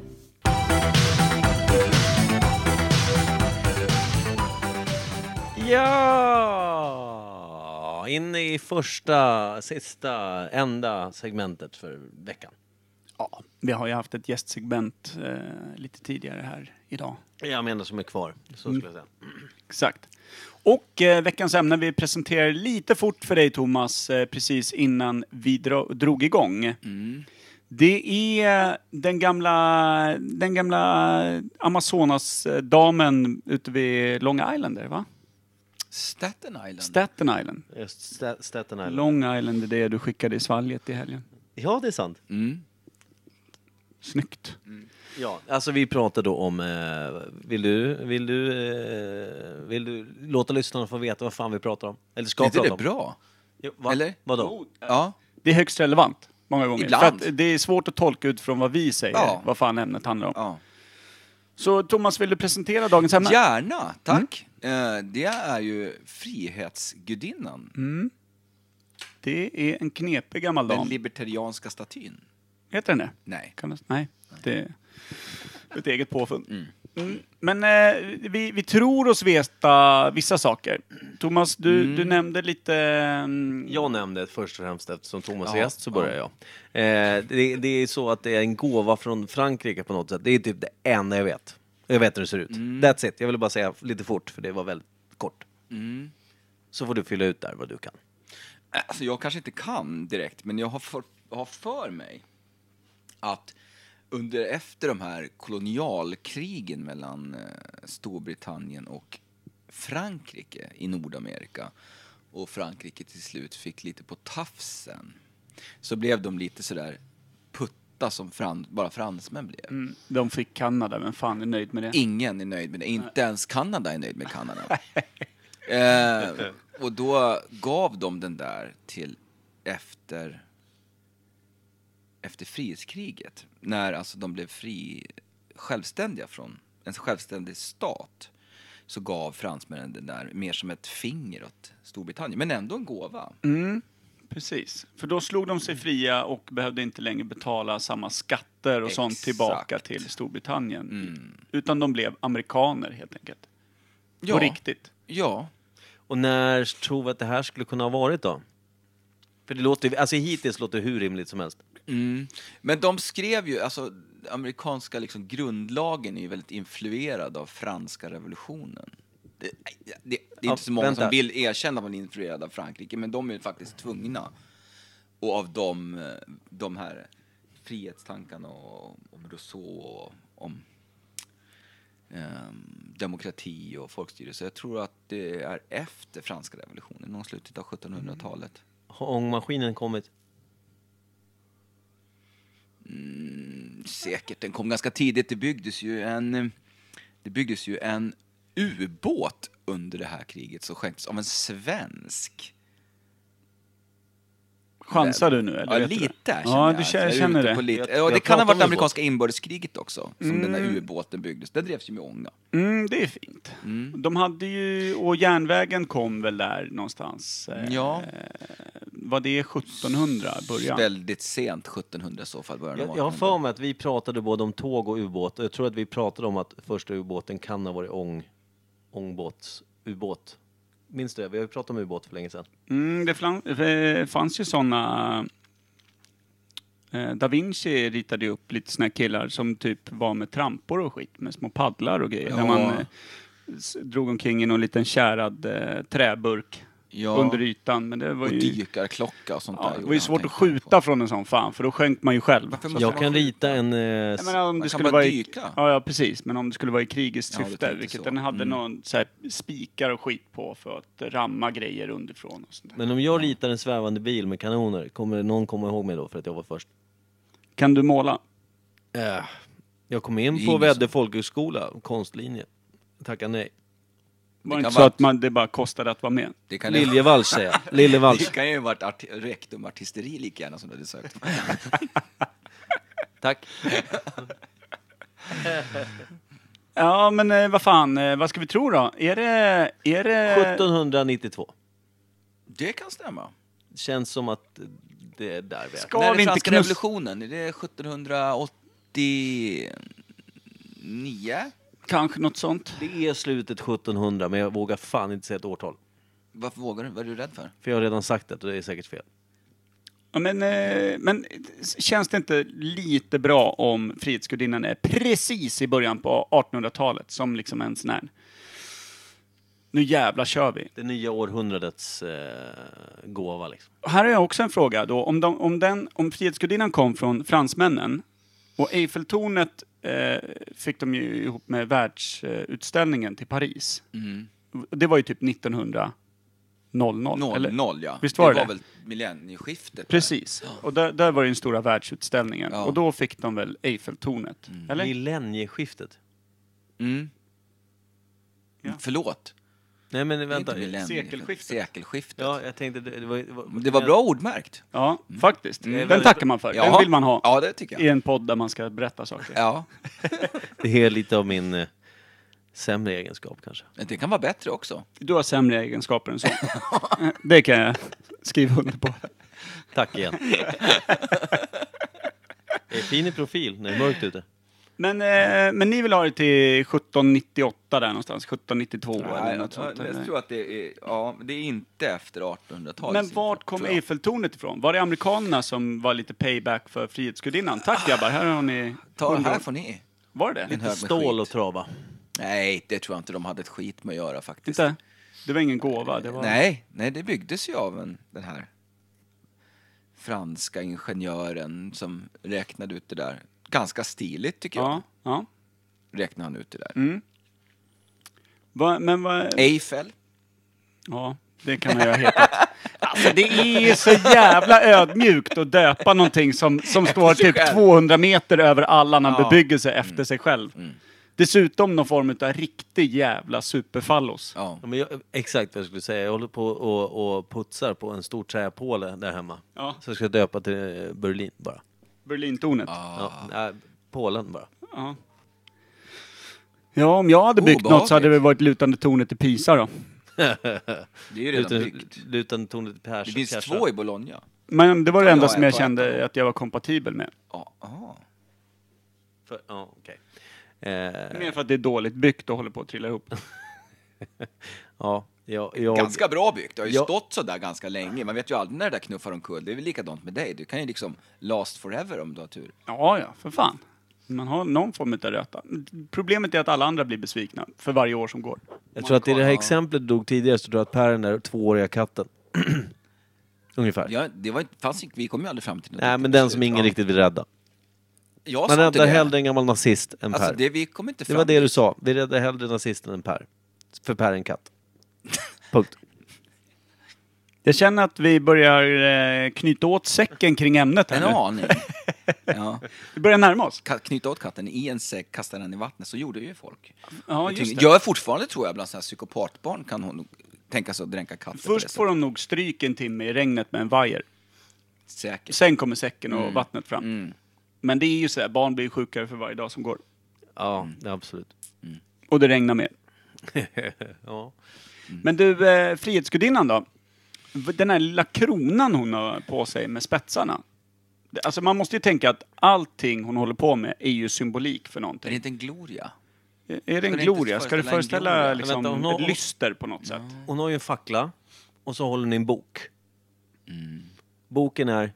Ja, in i sista, enda segmentet för veckan. Ja, vi har ju haft ett gästsegment lite tidigare här idag. Jag menar som är kvar, så skulle jag säga. Exakt. Och veckans ämne vi presenterar lite fort för dig, Thomas, precis innan vi drog igång. Det är den gamla Amazonas-damen ute vid Long Island, va? Staten Island. Staten Island. Just Staten Island. Long Island är det du skickade i svalget i helgen. Ja, det är sant. Snyggt. Ja, alltså vi pratar då om... Vill du låta lyssnarna få veta vad fan vi pratar om? Eller ska Är inte prata det om? bra? Jo, va? Eller? Vadå? Ja. Det är högst relevant många gånger. Ibland. För att det är svårt att tolka ut från vad vi säger, Ja. vad fan ämnet handlar om. Ja. Så Thomas, vill du presentera dagens ämne? Gärna, tack. Det är ju Frihetsgudinnan. Det är en knepig gammal Den dam. libertarianska statyn. Heter den det? Nej. Nej, det är ett eget påfund. Men vi tror oss veta vissa saker. Thomas, du nämnde lite... Jag nämnde det först och främst eftersom Thomas är Ja, gäst så börjar jag. Det är så att det är en gåva från Frankrike på något sätt. Det är typ det enda jag vet. Jag vet hur det ser ut. That's it. Jag ville bara säga lite fort för det var väldigt kort. Så får du fylla ut där vad du kan. Alltså jag kanske inte kan direkt, men jag har för mig att efter de här kolonialkrigen mellan Storbritannien och Frankrike i Nordamerika och Frankrike till slut fick lite på tafsen, så blev de lite sådär 8 som bara fransmän blev. De fick Kanada, men fan är nöjd med det. Ingen är nöjd med det. Inte ens Kanada är nöjd med Kanada. Och då gav de den där till efter frihetskriget. När alltså de blev självständiga från en självständig stat. Så gav fransmännen den där mer som ett finger åt Storbritannien. Men ändå en gåva. Precis. För då slog de sig fria och behövde inte längre betala samma skatter och sånt tillbaka till Storbritannien. Utan de blev amerikaner helt enkelt. Ja. På riktigt. Ja. Och när tror vi att det här skulle kunna ha varit då? För det låter, alltså hittills låter det hur rimligt som helst. Men de skrev ju, alltså amerikanska liksom, grundlagen är ju väldigt influerad av franska revolutionen. Det är inte så många som vill erkänna att man är influerad av Frankrike, men de är faktiskt tvungna. Och av de här frihetstankarna om Rousseau och om demokrati och folkstyre. Så jag tror att det är efter franska revolutionen, någon slutet av 1700-talet. Har ångmaskinen kommit? Säkert, den kom ganska tidigt. Det byggdes ju en ubåt under det här kriget som skänktes av en svensk. Chansar du nu? Eller Ja, vet du lite. det? Ja, du känner det. Ja, det kan ha varit amerikanska inbördeskriget också, som den där ubåten byggdes. Det drevs ju med ånga. Det är fint. De hade ju, och järnvägen kom väl där någonstans. Ja. Var det 1700 början? Väldigt sent 1700 i så fall. Jag har för mig att vi pratade både om tåg och ubåt. Och jag tror att vi pratade om att första ubåten kan ha varit ubåt. Minns du det? Vi har ju pratat om ubåt för länge sedan. Det fanns ju sådana... Da Vinci ritade ju upp lite såna killar som typ var med trampor och skit, med små paddlar och grejer. Ja. Där man drog omkring i någon liten kärad träburk under ytan. Men det var och ju... dykarklocka och sånt där. Det var ju svårt att skjuta från en sån fan, för då sjönk man ju själv. Jag kan rita en... Om det skulle vara ja, precis. Men om det skulle vara i krigets syfte, vilket den hade någon så här spikar och skit på för att ramma grejer underifrån och sånt där. Men om jag ritar en svävande bil med kanoner, kommer någon komma ihåg mig då för att jag var först? Kan du måla? Jag kom in på Väddö folkhögskola, konstlinje. Tacka nej. Var det inte så att det bara kostade att vara med? Liljevalchs säger jag. Liljevalchs. Det kan ju ha varit rektum artisteri lika gärna som du hade sökt. Tack. Ja, men vad fan, vad ska vi tro då? Är det 1792. Det kan stämma. Känns som att det är där vi är. Ska När är vi inte franska revolutionen? Är det 1789? Kanske något sånt. Det är slutet 1700, men jag vågar fan inte säga ett årtal. Varför vågar du? Vad är du rädd för? För jag har redan sagt det och det är säkert fel. Ja, men känns det inte lite bra om Frihetsgudinnan är precis i början på 1800-talet som liksom en sån här... Nu jävla kör vi. Det nya århundradets gåva liksom. Här har jag också en fråga då. Om Frihetsgudinnan kom från fransmännen och Eiffeltornet fick de ju ihop med världsutställningen till Paris. Det var ju typ 1900. 00, ja. Visst var det? Det var väl millennieskiftet. Precis. Och där var det den stora världsutställningen. Ja. Och då fick de väl Eiffeltornet. Eller? Millennieskiftet. Ja. Förlåt. Nej men vänta. Sekelskiftet. Ja, jag tänkte Det var bra ordmärkt. Ja, faktiskt. Den väldigt- tackar man för. Den vill man ha. Ja, det tycker I jag. en podd där man ska berätta saker. Ja, Det är lite av min sämre egenskap kanske. men det kan vara bättre också. Du har sämre egenskaper än så. Det kan jag skriva under på. Tack igen. Det är fin i profil när det är mörkt ute. Men ni vill ha det till 1798 där någonstans? 1792 eller något sånt? Jag eller? tror att det är inte efter 1800-talet. Men vart kom Eiffeltornet ifrån? Var det amerikanerna som var lite payback för Frihetsgudinnan? Tack grabbar, här har ni... Här får ni. Var det En det? hög med Stål och skit. trava. Nej, det tror jag inte de hade ett skit med att göra faktiskt. Inte? Det var ingen gåva. Det var... Nej, det byggdes ju av den här franska ingenjören som räknade ut det där. Ganska stiligt tycker jag. Ja. Räknade han ut det där. Men vad... Eiffel. Ja. Det kan man ju ha hetat. Alltså det är så jävla ödmjukt att döpa någonting som står typ 200 meter över all annan bebyggelse efter sig själv. Dessutom någon form av riktig jävla superfallos. Ja. Ja, men exakt vad jag skulle säga. Jag håller på och putsar på en stor träpåle där hemma. Ja. Så jag ska döpa till Berlin bara. Berlintornet. Ja, nej, Polen bara. Ja. Ja, om jag hade byggt något så hade det varit lutande tornet i Pisa då. Det är ju redan byggt. Lutande tornet i Persa. Det finns 2 i Bologna. Men det var det enda Ja, som jag ett kände att jag var kompatibel med. Ja, aha. Ja, okej. Mer för att det är dåligt byggt och håller på att trilla ihop. Ja, Ganska bra byggt. Det har ju stått så där ganska länge. Man vet ju aldrig när det där knuffar omkull. Det är väl likadant med dig. Du kan ju liksom last forever om du har tur. Ja, för fan. Man har någon form av röta. Problemet är att alla andra blir besvikna för varje år som går. Jag tror att i det här exemplet du drog tidigare så tror jag att Per är den där 2-åriga katten. Ungefär. Ja, vi kom ju aldrig fram till något. Nej, men den som ingen riktigt vill rädda. Jag Man sa inte räddar det. hellre en gammal nazist än Per. Alltså vi kom inte Det fram var det du dit. sa. Vi räddar hellre nazisten än Per. För Per är en katt. Punkt. Jag känner att vi börjar knyta åt säcken kring ämnet här En nu. aning. Ja. Vi börjar närma oss. Knyta åt katten i en säck, kasta den i vattnet. Så gjorde ju folk. Ja, just det. Jag är fortfarande, tror jag, bland sådana här psykopatbarn kan hon nog tänka sig att dränka katter på det Först får de nog stryk en timme i regnet med en vajer. Säkert. Sen kommer säcken och vattnet fram. Men det är ju så här, barn blir sjukare för varje dag som går. Ja, absolut. Och det regnar mer. Ja. Men du, Frihetsgudinnan då? Den här lilla kronan hon har på sig med spetsarna. Alltså man måste ju tänka att allting hon håller på med är ju symbolik för Är det någonting. inte en gloria? Är det en Ska det gloria? inte Ska det föreställa en föreställa gloria? liksom Vänta, hon har- ett lyster på något sätt? Hon har ju en fackla och så håller ni en bok. Boken är...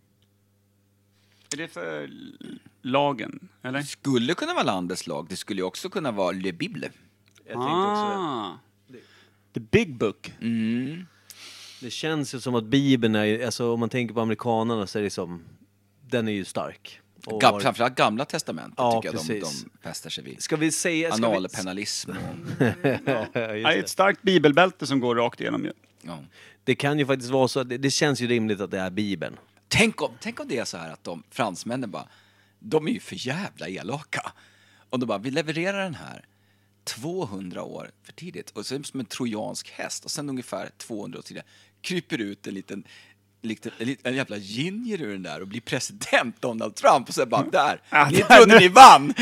Är det för lagen, eller? Skulle kunna vara landets lag. Det skulle ju också kunna vara Le Bible. Jag tänkte också det. Ah, the big book. Det känns ju som att Bibeln är... Alltså om man tänker på amerikanerna så är det som... Den är ju stark. Och Framförallt gamla testamentet Ja, tycker jag precis. de fäster sig vid. Ska vi säga... Analpenalism. Det är ett starkt bibelbälte som går rakt igenom ju. Ja. Det kan ju faktiskt vara så att det känns ju rimligt att det är Bibeln. Tänk om det är så här att fransmännen bara, de är ju för jävla elaka. Och de bara, vi levererar den här 200 år för tidigt. Och så är det som en trojansk häst. Och sen ungefär 200 år tidigare kryper ut en jävla ginger ur den där och blir president Donald Trump. Och så bara, där, ni trodde ni vann!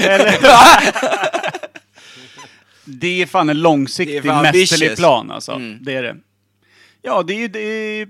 Det är fan en långsiktig, Det är fan mästerlig ambitious. plan alltså. Det är det. Ja, det är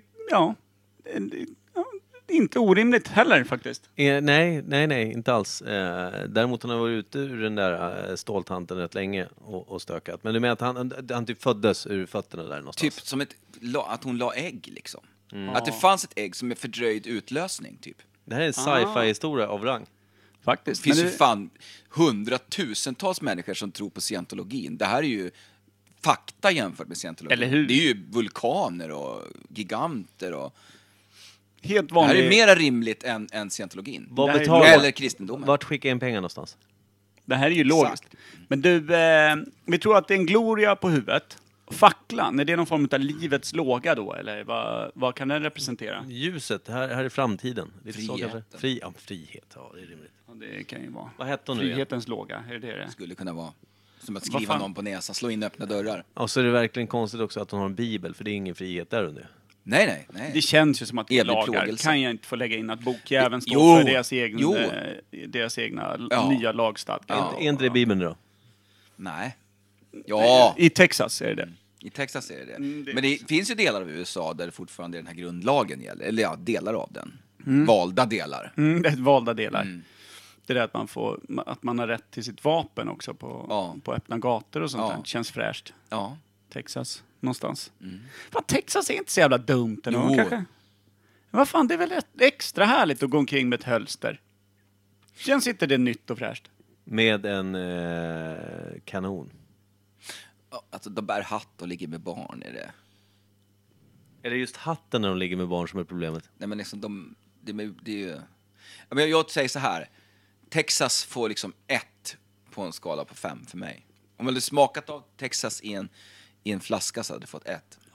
inte orimligt heller faktiskt. Nej, inte alls. Däremot han har varit ute ur den där ståltanten rätt länge och stökat. Men du menar att han typ föddes ur fötterna där någonstans? Typ som att hon la ägg liksom. Att det fanns ett ägg som är fördröjd utlösning typ. Det här är en sci-fi-historia av rang. Faktiskt. Det finns Men ju fan 100,000-tals människor som tror på scientologin. Det här är ju fakta jämfört med scientologin. Eller hur? Det är ju vulkaner och giganter och... helt Det här vanlig... är mera rimligt än scientologin. Vad Det här är betalar Eller kristendomen. Vart skickar jag in pengar någonstans? Det här är ju logiskt. Men du, vi tror att det är en gloria på huvudet. Facklan, är det någon form av livets låga då? Eller vad kan den representera? Ljuset, här är framtiden. Lite så Friheten. kanske. Frihet, ja det är rimligt. Ja, det kan ju vara. Vad hette hon nu igen? Frihetens låga, är det? Skulle kunna vara som att Vad skriva fan? någon på näsan, slå in öppna dörrar. Och så är det verkligen konstigt också att hon har en bibel, för det är ingen frihet där under. Nej. Det känns ju som att Evig lagar plågelse. kan jag inte få lägga in att bokjäveln Jo. står för deras egna Ja. nya lagstadgar. Ja. Är inte det bibeln då? Nej. Ja, I Texas är det. i Texas är det det. det är Men det finns ju delar av USA där det fortfarande den här grundlagen gäller. Eller ja, delar av den. Valda delar. Det är valda delar. Det är det att man har rätt till sitt vapen också på öppna gator och sånt Ja. där. Känns fräscht. Ja. Texas, någonstans. Fan, Texas är inte så jävla dumt ändå, Jo. kanske. Vad fan, det är väl extra härligt att gå omkring med ett hölster. Känns inte det nytt och fräscht? Med en kanon. Alltså de bär hatt och ligger med barn, är det. Är det just hatten när de ligger med barn som är problemet? Nej men liksom det är ju... Ja, men jag säger så här. Texas får liksom 1 på en skala på 5 för mig. Om jag hade smakat av Texas i en flaska så hade jag fått 1.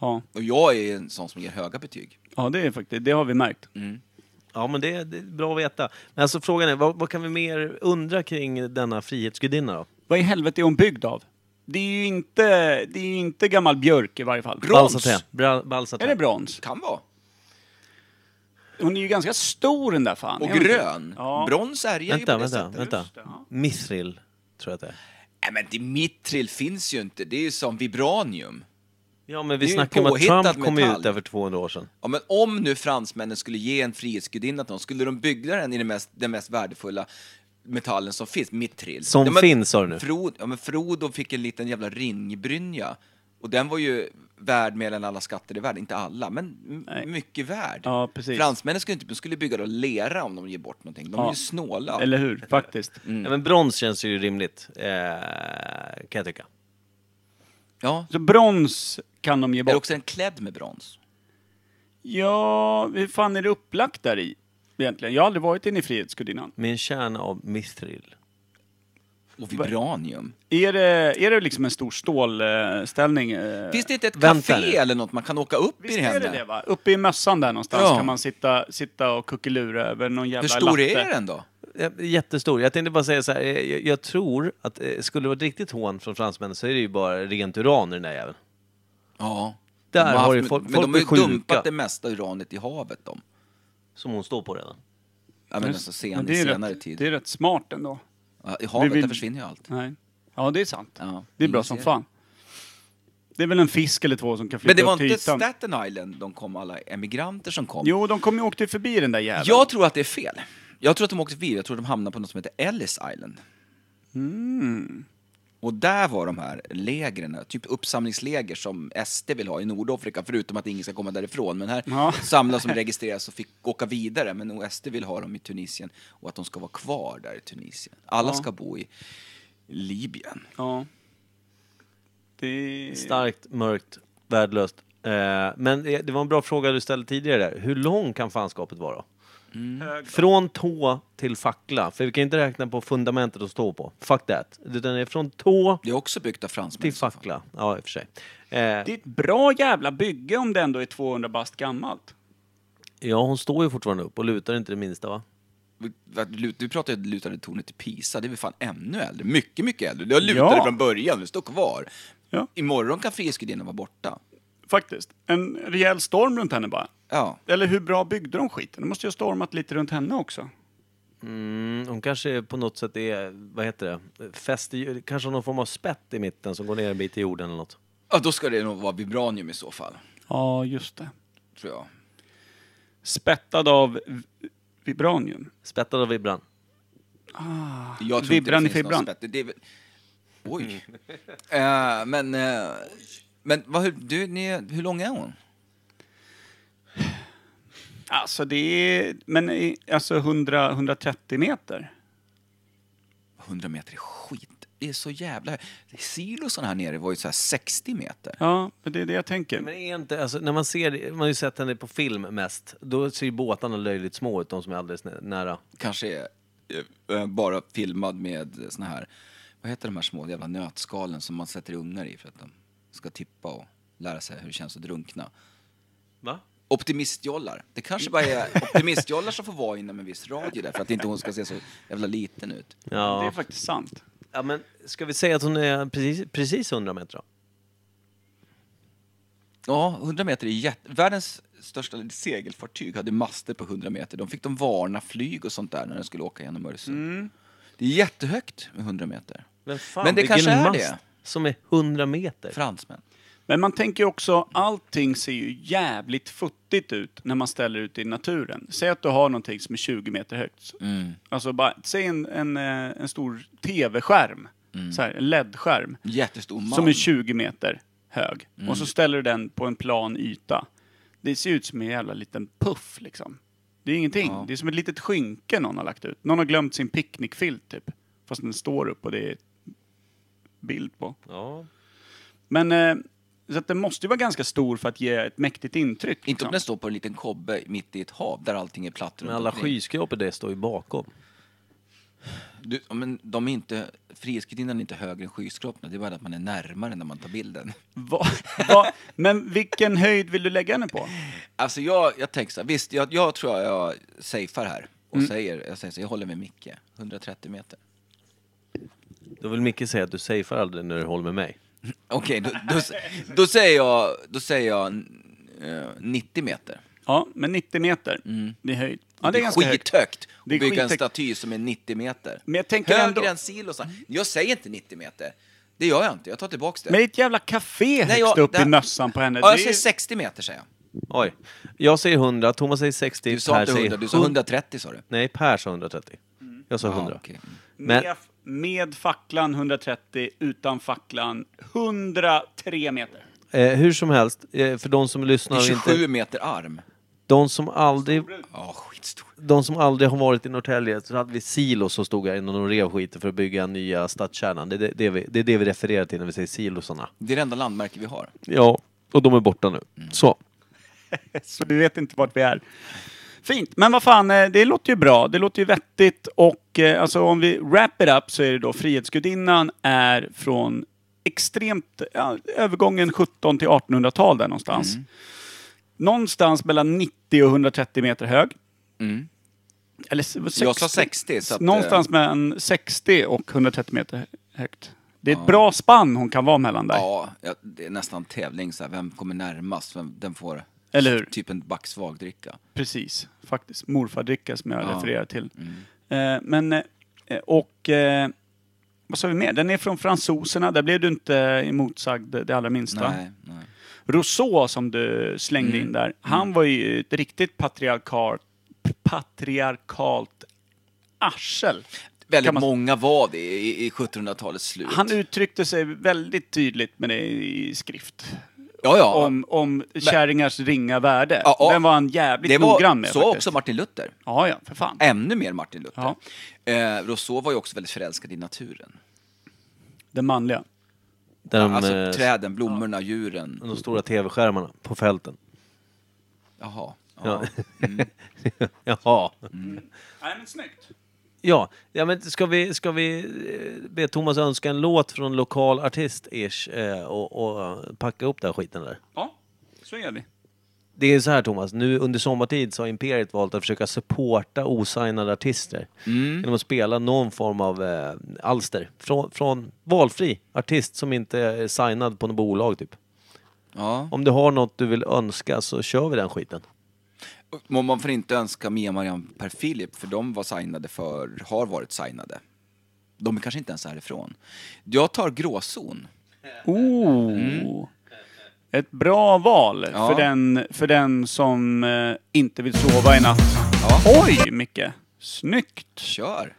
Ja. Och jag är en sån som ger höga betyg. Ja, det är faktiskt, det har vi märkt. Ja, men det är bra att veta. Men alltså frågan är, vad kan vi mer undra kring denna frihetsgudinna då? Vad i helvete är hon byggd av? Det är ju inte gammal björk i varje fall. Brons. Balsaté. Är det brons? Kan vara. Hon är ju ganska stor den där fan. Och Är hon inte? grön. Ja. Brons är ju på det sättet. Vänta. Just det, ja. Mithril, tror jag att det är. Nej, men Dimithril finns ju inte. Det är ju som vibranium. Ja, men Det är vi ju snackar om att påhittad Trump kom metall. ut där för 200 år sedan. Ja, men om nu fransmännen skulle ge en frihetsgudinna till dem, skulle de bygga den i den mest värdefulla metallen som finns, mithril. Som Ja, men finns, sa du nu? Frodo fick en liten jävla ringbrynja. Och den var ju värd mer än alla skatter i världen. Inte alla, men mycket värd. Ja, precis. Fransmännen skulle bygga då lera om de ger bort någonting. De är ju snåla. Eller hur? Faktiskt. Ja, men brons känns ju rimligt, kan jag tycka. Ja. Så brons kan de ge Är bort. också en klädd med brons? Ja, hur fan är det upplagt där i? Egentligen. Jag har aldrig varit inne i Frihetsgudinnan. Med en kärna av mithril. Och vibranium. Är det liksom en stor stålställning? Finns det inte ett Vänta café nu. eller något man kan åka upp Visst i är henne? det va? Uppe i mössan där någonstans Ja. kan man sitta och kuckelura över någon jävla Hur stor latte. är den då? Jättestor. Jag tänkte bara säga så här, jag tror att skulle det vara ett riktigt hån från fransmännen så är det ju bara rent uran i den där jäveln. Ja. Där De har ju haft- folk men de har blir ju sjuka. dumpat det mesta uranet i havet de. Som hon står på redan. Ja, men alltså Men det är senare rätt, tid. det är rätt smart ändå. Ja, i havet Vi vill- där försvinner ju allt. Nej. Ja, det är sant. Ja, Det är bra ingen som ser. fan. Det är väl en fisk eller två som kan Men flytta det var upp till inte ytan. Staten Island de kom, alla emigranter som kom. Jo, de åkte förbi den där jäveln. Jag tror att det är fel. Jag tror att de åkte förbi. Jag tror att de hamnade på något som heter Ellis Island. Och där var de här lägren, typ uppsamlingsläger som SD vill ha i Nordafrika, förutom att ingen ska komma därifrån. Men här Ja. samlas som registreras och fick åka vidare. Men SD vill ha dem i Tunisien och att de ska vara kvar där i Tunisien. Alla ska bo i Libyen. Ja. Det... Starkt, mörkt, värdelöst. Men det var en bra fråga du ställde tidigare där. Hur lång kan fanskapet vara? Från tå till fackla. För vi kan inte räkna på fundamentet att stå på. Fuck that. Den är från tå Det är också byggt av fransmän. till i så fall. fackla. Ja, i och för sig. Det är ett bra jävla bygge om det ändå är 200 bast gammalt. Ja, hon står ju fortfarande upp och lutar inte det minsta, va? Du pratade om lutade tornet i Pisa. Det är väl fan ännu äldre. Mycket, mycket äldre. Det har lutade från början. Det står kvar. Ja. Imorgon kan Frihetsgudinnan vara borta. Faktiskt. En rejäl storm runt henne bara. Ja. Eller hur bra byggde de skiten? De måste ju ha stormat lite runt henne också. Hon kanske på något sätt är, vad heter det? Kanske någon form av spett i mitten som går ner en bit i jorden eller något. Ja, då ska det nog vara vibranium i så fall. Ja, just det. Tror jag. Spättad av vibranium. Spettad av vibran. Jag tror inte Vibran det i finns någon fibran. spett. Det är väl... Oj. Men hur lång är hon? Alltså det är... Men alltså 130 meter. 100 meter är skit. Det är så jävla... Silosarna här nere var ju så här 60 meter. Ja, men det är det jag tänker. Men är inte, alltså, när man ser det, man har ju sett henne på film mest, då ser ju båtarna löjligt små ut, de som är alldeles nära. Kanske är bara filmad med såna här... Vad heter de här små jävla nötskalen som man sätter ungar i för att de ska tippa och lära sig hur det känns att drunkna? Va? Optimistjollar. Det kanske bara är optimistjollar som får vara inom en viss radie där för att inte hon ska se så jävla liten ut. Det är Ja. faktiskt sant. Ja, men ska vi säga att hon är precis 100 meter då? Ja, 100 meter är världens största segelfartyg hade master på 100 meter. De fick de varna flyg och sånt där när de skulle åka genom Öresund. Det är jättehögt med 100 meter. Men fan, Men det vilken kanske är mast det. som är 100 meter. Fransmän. Men man tänker ju också, allting ser ju jävligt futtigt ut när man ställer ut i naturen. Säg att du har någonting som är 20 meter högt. Alltså bara, säg en stor tv-skärm. Så här, en LED-skärm. Jättestor man. Som är 20 meter hög. Och så ställer du den på en plan yta. Det ser ut som en jävla liten puff liksom. Det är ingenting. Ja. Det är som ett litet skynke någon har lagt ut. Någon har glömt sin picknickfilt typ. Fast den står upp och det är bild på. Ja. Men så att den måste ju vara ganska stor för att ge ett mäktigt intryck. Inte liksom. om den står på en liten kobbe mitt i ett hav där allting är platt Men runt alla omkring. skyskrapor det står ju bakom. Men de är inte, Frihetsgudinnan är inte högre än skyskraporna. Det är bara att man är närmare när man tar bilden. Men vilken höjd vill du lägga henne på? Alltså jag tänker så här, visst, jag tror jag safear här. Och jag säger så, jag håller med Micke. 130 meter. Då vill Micke säga att du safear aldrig när du håller med mig. Okej, då säger jag 90 meter. Ja, men 90 meter i höjd. Ja, det är ganska högt. skithögt Det är att bygga en skithögt. staty som är 90 meter. Men jag tänker högre ändå... än silosar. Jag säger inte 90 meter. Det gör jag inte, jag tar tillbaka det. Men det är ett jävla café högst upp i mössan på henne. Ja, jag Det är- säger 60 meter, säger jag. Oj. Jag säger 100, Thomas säger 60, Du sa Per inte 100, säger du sa 130 sa du. Nej, Per sa 130. Jag sa 100. Ja, okej. Men- med facklan 130, utan facklan 103 meter. Hur som helst, för de som Det lyssnar är och 27 inte... meter arm. De som aldrig Ja, skitstor. De som aldrig har varit i Norrtälje, så hade vi silos som stod här innan de rev skiten för att bygga nya stadskärnan. Det är det vi refererar till när vi säger silosarna. Det är det enda landmärke vi har. Ja, och de är borta nu. Så. Så du vet inte vart vi är. Fint, men vad fan, det låter ju bra. Det låter ju vettigt. Och alltså om vi wrap it up så är det då Frihetsgudinnan är från extremt, övergången 17 till 1800-tal där någonstans. Någonstans mellan 90 och 130 meter hög. Eller 60. Jag sa 60. Så att, Någonstans mellan 60 och 130 meter högt. Det är ett bra spann hon kan vara mellan där. Ja, det är nästan tävling. Så här, vem kommer närmast? Den får Eller hur? typ en back svagdricka. Precis, faktiskt. Morfardricka som jag refererar till. Vad sa vi mer? Den är från fransoserna. Där blev du inte emotsagd det allra minsta. Nej. Rousseau som du slängde in där. Han var ju ett riktigt patriarkalt arsel. Väldigt många var det i 1700-talets slut. Han uttryckte sig väldigt tydligt med det i skrift. Ja. Om kärringars ringa värde. Ja. Den var han jävligt Det noggrann med så faktiskt. också Martin Luther. Ja, för fan. Ännu mer Martin Luther. Ja. Rousseau var ju också väldigt förälskad i naturen. Den manliga. Där Alltså träden, blommorna, djuren. de stora tv-skärmarna på fälten. Jaha. Ja. Jaha. Nej, men snyggt. Ja, men ska vi be Thomas önska en låt från lokal artist-ish och packa upp den skiten där? Ja, så gör vi. Det är så här Thomas, nu under sommartid så har Imperiet valt att försöka supporta osignade artister genom att spela någon form av alster från valfri artist som inte är signad på något bolag typ. Ja. Om du har något du vill önska så kör vi den skiten. Man får inte önska Mia Marianne Per Philip, för de var signade har varit signade. De är kanske inte ens härifrån. Jag tar Gråzon. Ett bra val Ja. för den som inte vill sova i natt. Ja. Oj, Micke. Snyggt. Kör.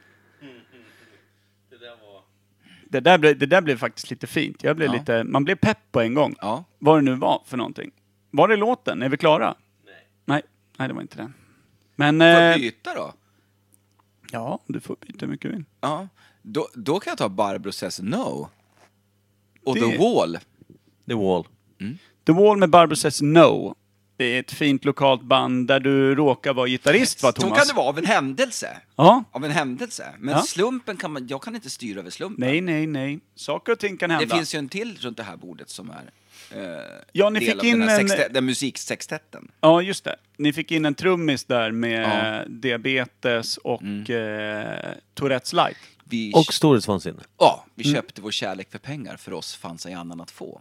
Det där blev faktiskt lite fint. Man blev pepp på en gång. Ja. Vad det nu var för någonting. Var det låten? Är vi klara? Nej, det var inte den. Men... Får jag byta då? Ja, du får byta mycket vill. Ja. Då kan jag ta Barbro Says No. Och Det- The Wall. The Wall. The Wall med Barbro Says No. Det är ett fint lokalt band där du råkar vara gitarrist, va, Så Thomas? kan det vara av en händelse. Ja. Av en händelse. Men Ja. slumpen jag kan inte styra över slumpen. Nej. Saker och ting kan hända. Det finns ju en till runt det här bordet som är Ja, ni del fick av in den här en... den musiksextetten. Ja, just det. Ni fick in en trummis där med diabetes och Tourettes light. Och storhetsvansinne. Vi köpte vår kärlek för pengar. För oss fanns ej annan att få.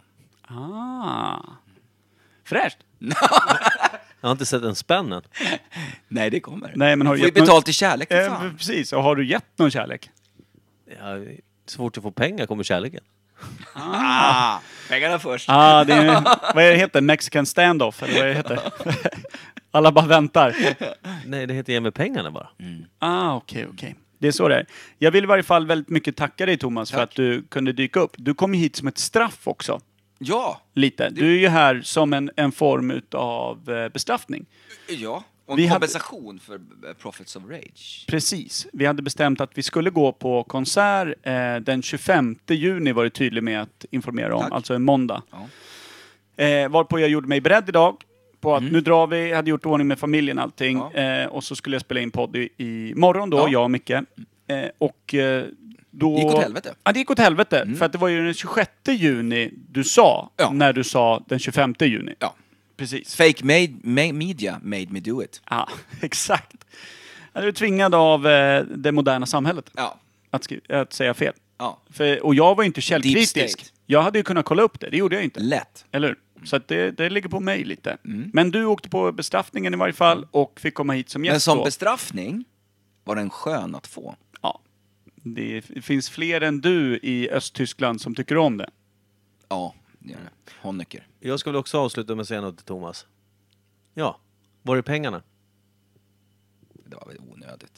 Fräscht. Jag har inte sett en spännen. Nej, det kommer. Nej, men har du du får ju gett någon- betalt i kärlek för fan. Precis, och har du gett någon kärlek? Ja, så fort jag får pengar kommer kärleken. Pengarna först. Det är, vad är det heter? Mexican standoff, eller vad det heter? Alla bara väntar. Nej, det heter ge mig pengarna bara. Okej. Det är så det är. Jag vill i varje fall väldigt mycket tacka dig, Thomas, för Tack. att du kunde dyka upp. Du kom hit som ett straff också. Ja. Lite. Du är ju här som en form av bestraffning. Ja. Och Vi en hade- kompensation för Prophets of Rage. Precis. Vi hade bestämt att vi skulle gå på konsert den 25 juni var det tydligt med att informera om. Tack. Alltså en måndag. Ja. Varpå jag gjorde mig beredd idag på att nu drar vi, hade gjort ordning med familjen och allting. Ja. Och så skulle jag spela in podd i morgon då, Ja. jag och Micke. Då... Gick åt helvete. Ja, det gick åt helvete. För att det var ju den 26 juni du sa, när du sa den 25 juni. Ja. Precis. Fake media made me do it. Ja, exakt. Du är tvingad av det moderna samhället Ja. att säga fel. Ja. Och jag var ju inte Deep källkritisk. state. Jag hade ju kunnat kolla upp det gjorde jag inte. Lätt. Eller hur? Så att det ligger på mig lite. Men du åkte på bestraffningen i varje fall och fick komma hit som gäst. Men som då. bestraffning var den skön att få. Ja. Det finns fler än du i Östtyskland som tycker om det. Ja, det gör det. Honecker. Jag ska väl också avsluta med att säga något till Thomas. Ja, var är pengarna? Det var väl onödigt.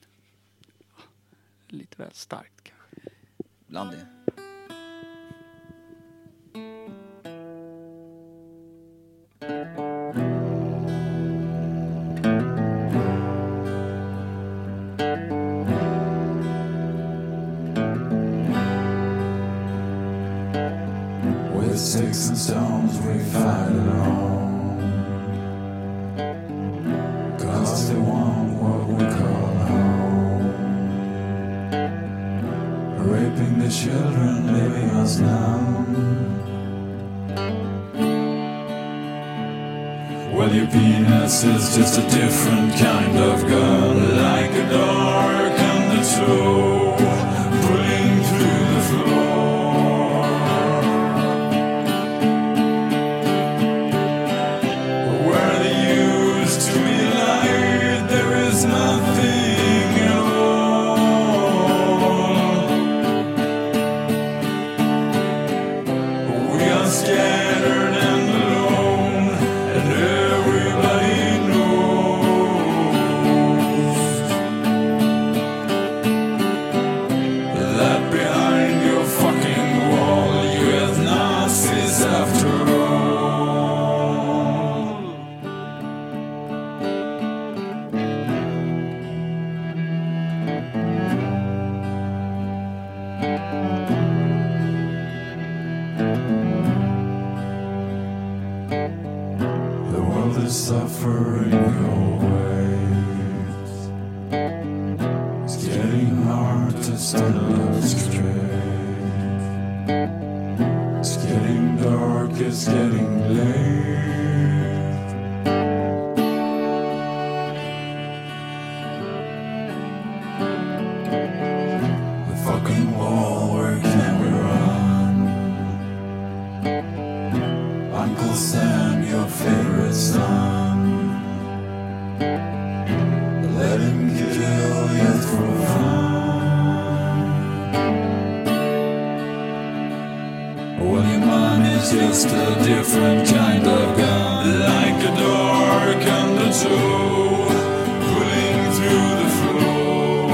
Lite väl starkt kanske. Bland det. With sticks and stones we fight alone, 'cause they want what we call home. Raping the children, leaving us numb. Well, your penis is just a different kind of gun, like a dark undertow, pulling through the floor. Where they used to be light, there is nothing at all. We are scattered and alone, and everybody knows that behind your fucking wall you have Nazis after all. The world is suffering your ways. It's getting hard to stand up straight. It's getting dark, it's getting late. The fucking wall, where can we run? Uncle Sam, your favorite son. Let him kill you for fun. Well, your mind is just a different kind of gun, like a dark undertow, pulling through the floor.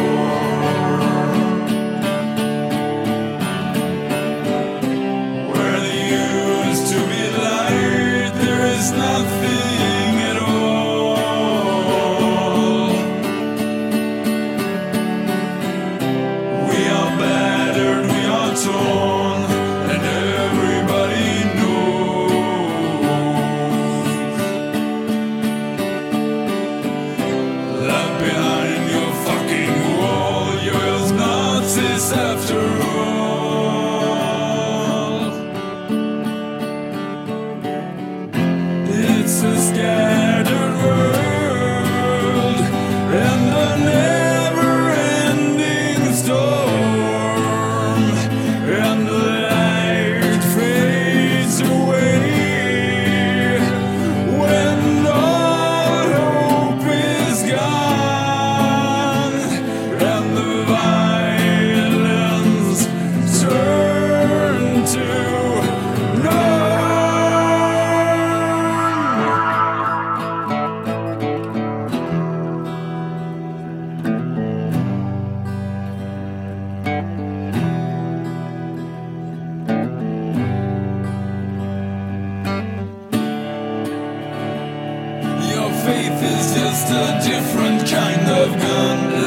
Where there used to be light, there is nothing at all. We are battered, we are torn, and everybody knows that behind your fucking wall you're Nazis after all. It's a scattered world and a never-ending storm, and the light fades away when all hope is gone, and the violence turn to norm. Your faith is just a different kind of gun,